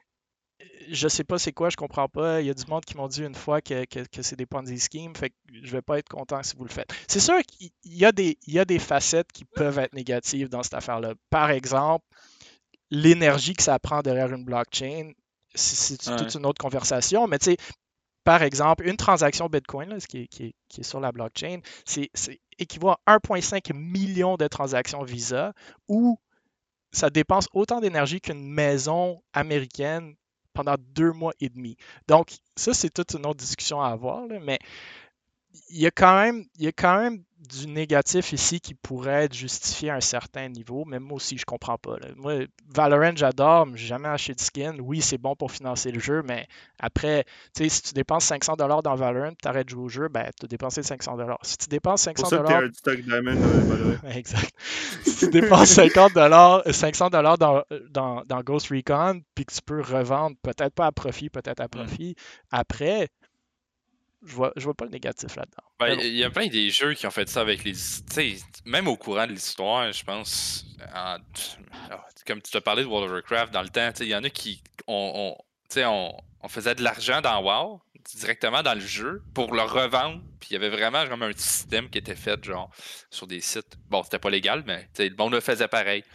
S1: Je sais pas c'est quoi, je comprends pas. Il y a du monde qui m'ont dit une fois que c'est des Ponzi schemes, fait que je vais pas être content si vous le faites. C'est sûr qu'il y a des facettes qui peuvent être négatives dans cette affaire-là. Par exemple, l'énergie que ça prend derrière une blockchain, c'est toute une autre conversation, mais tu sais, par exemple, une transaction Bitcoin, là, qui est sur la blockchain, c'est équivaut à 1,5 million de transactions Visa, où ça dépense autant d'énergie qu'une maison américaine pendant 2 mois et demi. Donc, ça, c'est toute une autre discussion à avoir, là, mais il y a quand même du négatif ici qui pourrait être justifié à un certain niveau, mais moi aussi, je comprends pas. Là. Moi, Valorant, j'adore, mais j'ai jamais acheté de skin. Oui, c'est bon pour financer le jeu, mais après, tu sais, si tu dépenses 500$ dans Valorant et tu arrêtes de jouer au jeu, ben, tu as dépensé 500$. Si tu dépenses 500$...
S2: Pour ça que t'es un stock diamond Valorant.
S1: Exact. Si tu dépenses 500$ dans Ghost Recon, puis que tu peux revendre, peut-être pas à profit, peut-être à profit, après... Je vois pas le négatif là-dedans.
S4: Ben, il y a plein des jeux qui ont fait ça avec les. T'sais, même au courant de l'histoire, je pense. Comme tu t'as parlé de World of Warcraft dans le temps, il y en a qui. On faisait de l'argent dans WoW, directement dans le jeu, pour le revendre. Puis il y avait vraiment comme un système qui était fait, genre, sur des sites. Bon, c'était pas légal, mais le monde le faisait pareil.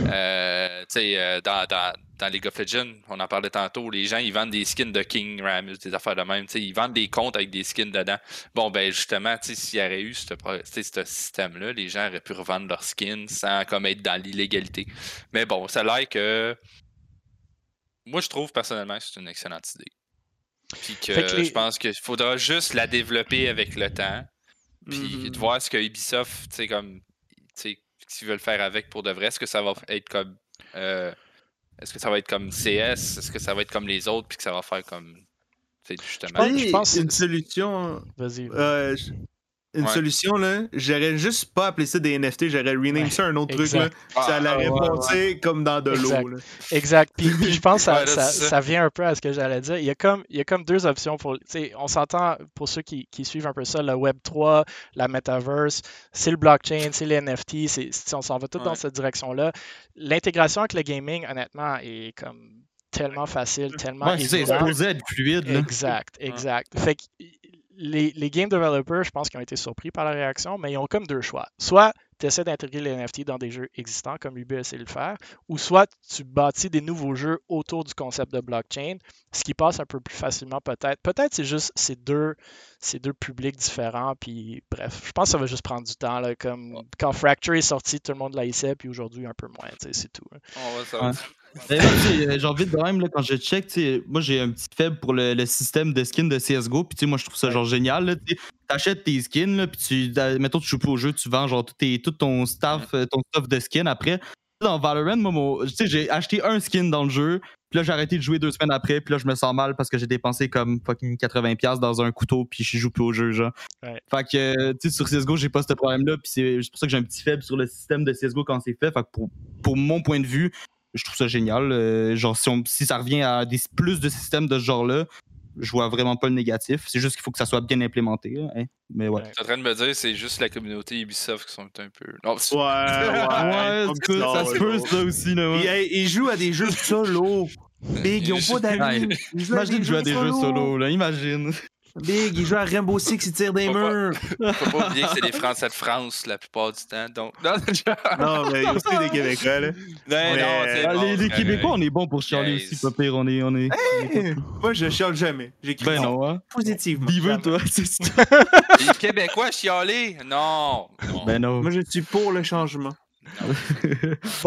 S4: Dans League of Legends, on en parlait tantôt, les gens, ils vendent des skins de King Rammus, des affaires de même. Ils vendent des comptes avec des skins dedans. Bon, ben justement, s'il y aurait eu ce système-là, les gens auraient pu revendre leurs skins sans comme être dans l'illégalité. Mais bon, ça a l'air que... Moi, je trouve personnellement que c'est une excellente idée. Puis que je pense qu'il faudra juste la développer avec le temps. Puis de voir ce que Ubisoft, s'ils veulent faire avec pour de vrai. Est-ce que ça va être comme... est-ce que ça va être comme CS? Est-ce que ça va être comme les autres? Puis que ça va faire comme... justement...
S2: Je pense une solution...
S1: Vas-y.
S2: Solution, là, j'aurais juste pas appelé ça des NFT, j'aurais rename ça un autre truc, là. Ça l'aurait passé comme dans de l'eau, là.
S1: Exact. Puis je pense que ça vient un peu à ce que j'allais dire. Il y a comme deux options pour... On s'entend, pour ceux qui suivent un peu ça, le Web3, la Metaverse, c'est le blockchain, c'est les NFT, on s'en va tout dans cette direction-là. L'intégration avec le gaming, honnêtement, est comme tellement facile, tellement
S3: c'est supposé être fluide, là.
S1: Exact. Fait que les game developers, je pense qu'ils ont été surpris par la réaction, mais ils ont comme deux choix. Soit tu essaies d'intégrer les NFT dans des jeux existants, comme Ubi a essayé de le faire, ou soit tu bâtis des nouveaux jeux autour du concept de blockchain, ce qui passe un peu plus facilement peut-être. Peut-être c'est juste ces deux publics différents, puis bref, je pense que ça va juste prendre du temps. Là, comme quand Fracture est sorti, tout le monde l'haïssait, puis aujourd'hui un peu moins, c'est tout.
S3: J'ai envie de même, là, quand je check, moi j'ai un petit faible pour le système de skins de CSGO, puis moi je trouve ça genre génial. T'achètes tes skins, puis mettons tu joues pas au jeu, tu vends genre tout ton stuff de skins après. Dans Valorant, moi, j'ai acheté un skin dans le jeu, puis là j'ai arrêté de jouer 2 semaines après, puis là je me sens mal parce que j'ai dépensé comme fucking 80$ dans un couteau, puis je joue plus au jeu, genre.
S1: Ouais.
S3: Fait que, sur CSGO, j'ai pas ce problème-là, puis c'est pour ça que j'ai un petit faible sur le système de CSGO quand c'est fait. Fait que pour mon point de vue, je trouve ça génial. Genre, si ça revient à plus de systèmes de ce genre-là, je vois vraiment pas le négatif. C'est juste qu'il faut que ça soit bien implémenté. Hein. Mais ouais.
S4: T'es en train de me dire que c'est juste la communauté Ubisoft qui sont un peu... Non,
S3: ouais, ça se peut, ça aussi. Là, ouais.
S2: Ils jouent à des jeux solo. Big, ils ont pas d'amis.
S3: Imagine jouer à des jeux solo, là, imagine.
S2: Big, ils jouent à Rainbow Six, ils tirent des murs.
S4: Faut pas oublier que c'est des Français de France la plupart du temps. Donc...
S2: non, mais il y a aussi des Québécois, là.
S3: Les Québécois, on est bons pour chialer aussi, pas pire. On est...
S2: Moi, je chiale jamais. J'écris positivement.
S3: Beaver, toi, c'est ça.
S4: Les Québécois chialer? Non.
S3: Ben non.
S2: Moi, je suis pour le changement.
S1: Bon,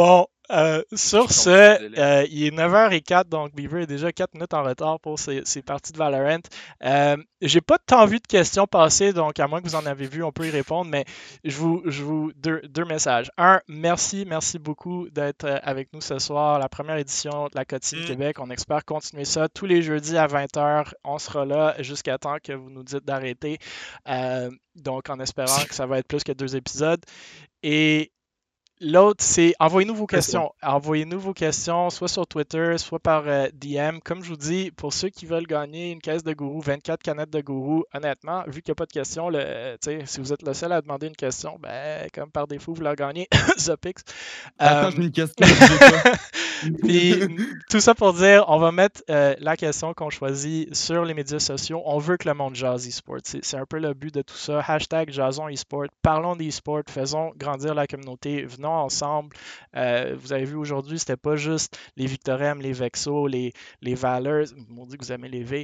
S1: Sur ce, il est 9h04, donc Beaver est déjà 4 minutes en retard pour ses parties de Valorant. J'ai pas tant vu de questions passer, donc à moins que vous en avez vu, on peut y répondre, mais je vous deux messages. Un, merci beaucoup d'être avec nous ce soir, la première édition de la Cotine Québec. On espère continuer ça tous les jeudis à 20h. On sera là jusqu'à temps que vous nous dites d'arrêter. Donc en espérant que ça va être plus que 2 épisodes. Et l'autre, c'est envoyez-nous vos questions. Envoyez-nous vos questions, soit sur Twitter, soit par DM. Comme je vous dis, pour ceux qui veulent gagner une caisse de gourou, 24 canettes de gourou, honnêtement, vu qu'il n'y a pas de questions, si vous êtes le seul à demander une question, ben, comme par défaut, vous la gagnez. Zopix.
S3: Attends, j'ai une question.
S1: Puis, tout ça pour dire, on va mettre la question qu'on choisit sur les médias sociaux. On veut que le monde jase e-sport. C'est un peu le but de tout ça. Hashtag jason e-sport. Parlons d'e-sport. Faisons grandir la communauté. Venons ensemble. Vous avez vu aujourd'hui, c'était pas juste les Victorem, les Vexo, les Valeurs. On dit que vous aimez les V.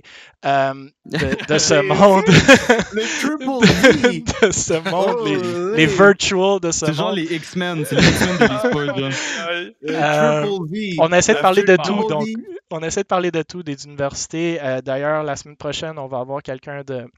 S1: De ce monde.
S2: Le Triple V.
S1: De ce monde. Les Virtual de ce monde.
S3: C'est genre les X-Men. C'est les X-Men de l'e-sport.
S2: Triple V.
S1: On essaie de parler de tout. Donc, on essaie de parler de tout, des universités. D'ailleurs, la semaine prochaine, on va avoir quelqu'un de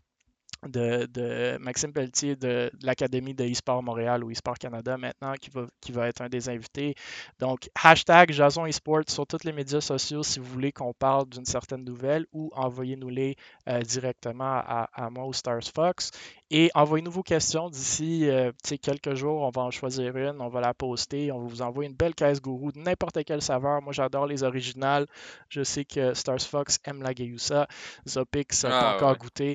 S1: Maxime Pelletier de l'Académie de e-sport Montréal ou e-sport Canada maintenant qui va être un des invités. Donc, hashtag Jason eSport sur tous les médias sociaux si vous voulez qu'on parle d'une certaine nouvelle ou envoyez-nous-les directement à moi ou Stars Fox. Et envoyez-nous vos questions d'ici quelques jours. On va en choisir une, on va la poster. On va vous envoyer une belle caisse gourou de n'importe quelle saveur. Moi, j'adore les originales. Je sais que Stars Fox aime la Gayusa. Zopix n'a pas encore goûté.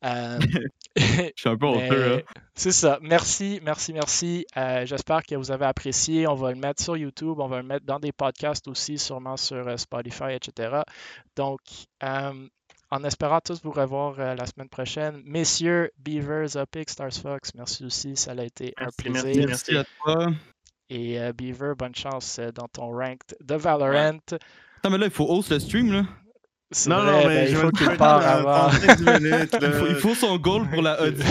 S3: Je suis un peu honteux. Hein?
S1: C'est ça. Merci. J'espère que vous avez apprécié. On va le mettre sur YouTube. On va le mettre dans des podcasts aussi, sûrement sur Spotify, etc. Donc, en espérant tous vous revoir la semaine prochaine. Messieurs, Beaver, Zopix, Stars Fox, merci aussi. Ça a été un plaisir.
S3: Merci à toi.
S1: Et Beaver, bonne chance dans ton ranked de Valorant.
S3: Ouais. Attends, mais là, il faut host le stream, là.
S1: C'est vrai, mais il faut qu'il parte avant.
S3: Il faut son goal pour la Audi.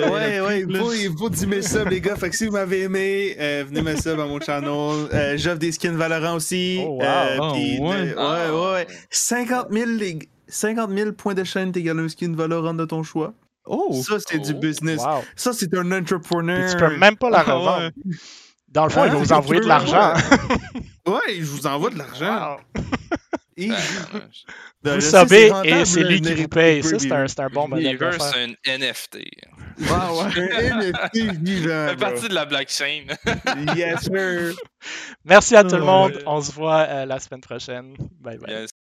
S2: Il faut 10 000 subs, les gars. Fait que si vous m'avez aimé, venez me sub à mon channel. J'offre des skins Valorant aussi.
S1: Oh, wow.
S2: Ouais. 50 000 points de chaîne t'égale un skin Valorant de ton choix. Ça, c'est du business.
S1: Wow.
S2: Ça, c'est un entrepreneur.
S1: Et tu peux même pas la revendre. Dans le fond, il va vous envoyer de l'argent.
S2: Ouais, je vous envoie de l'argent.
S1: Wow.
S2: Vous
S1: savez, et c'est lui qui vous paye. Ça, c'est un bon modèle
S4: d'affaires.
S1: C'est
S4: un NFT.
S2: Wow, un NFT vivant.
S4: Fait partie de la blockchain.
S2: Yes, sir.
S1: Merci à tout le monde. On se voit la semaine prochaine. Bye bye.
S4: Yes.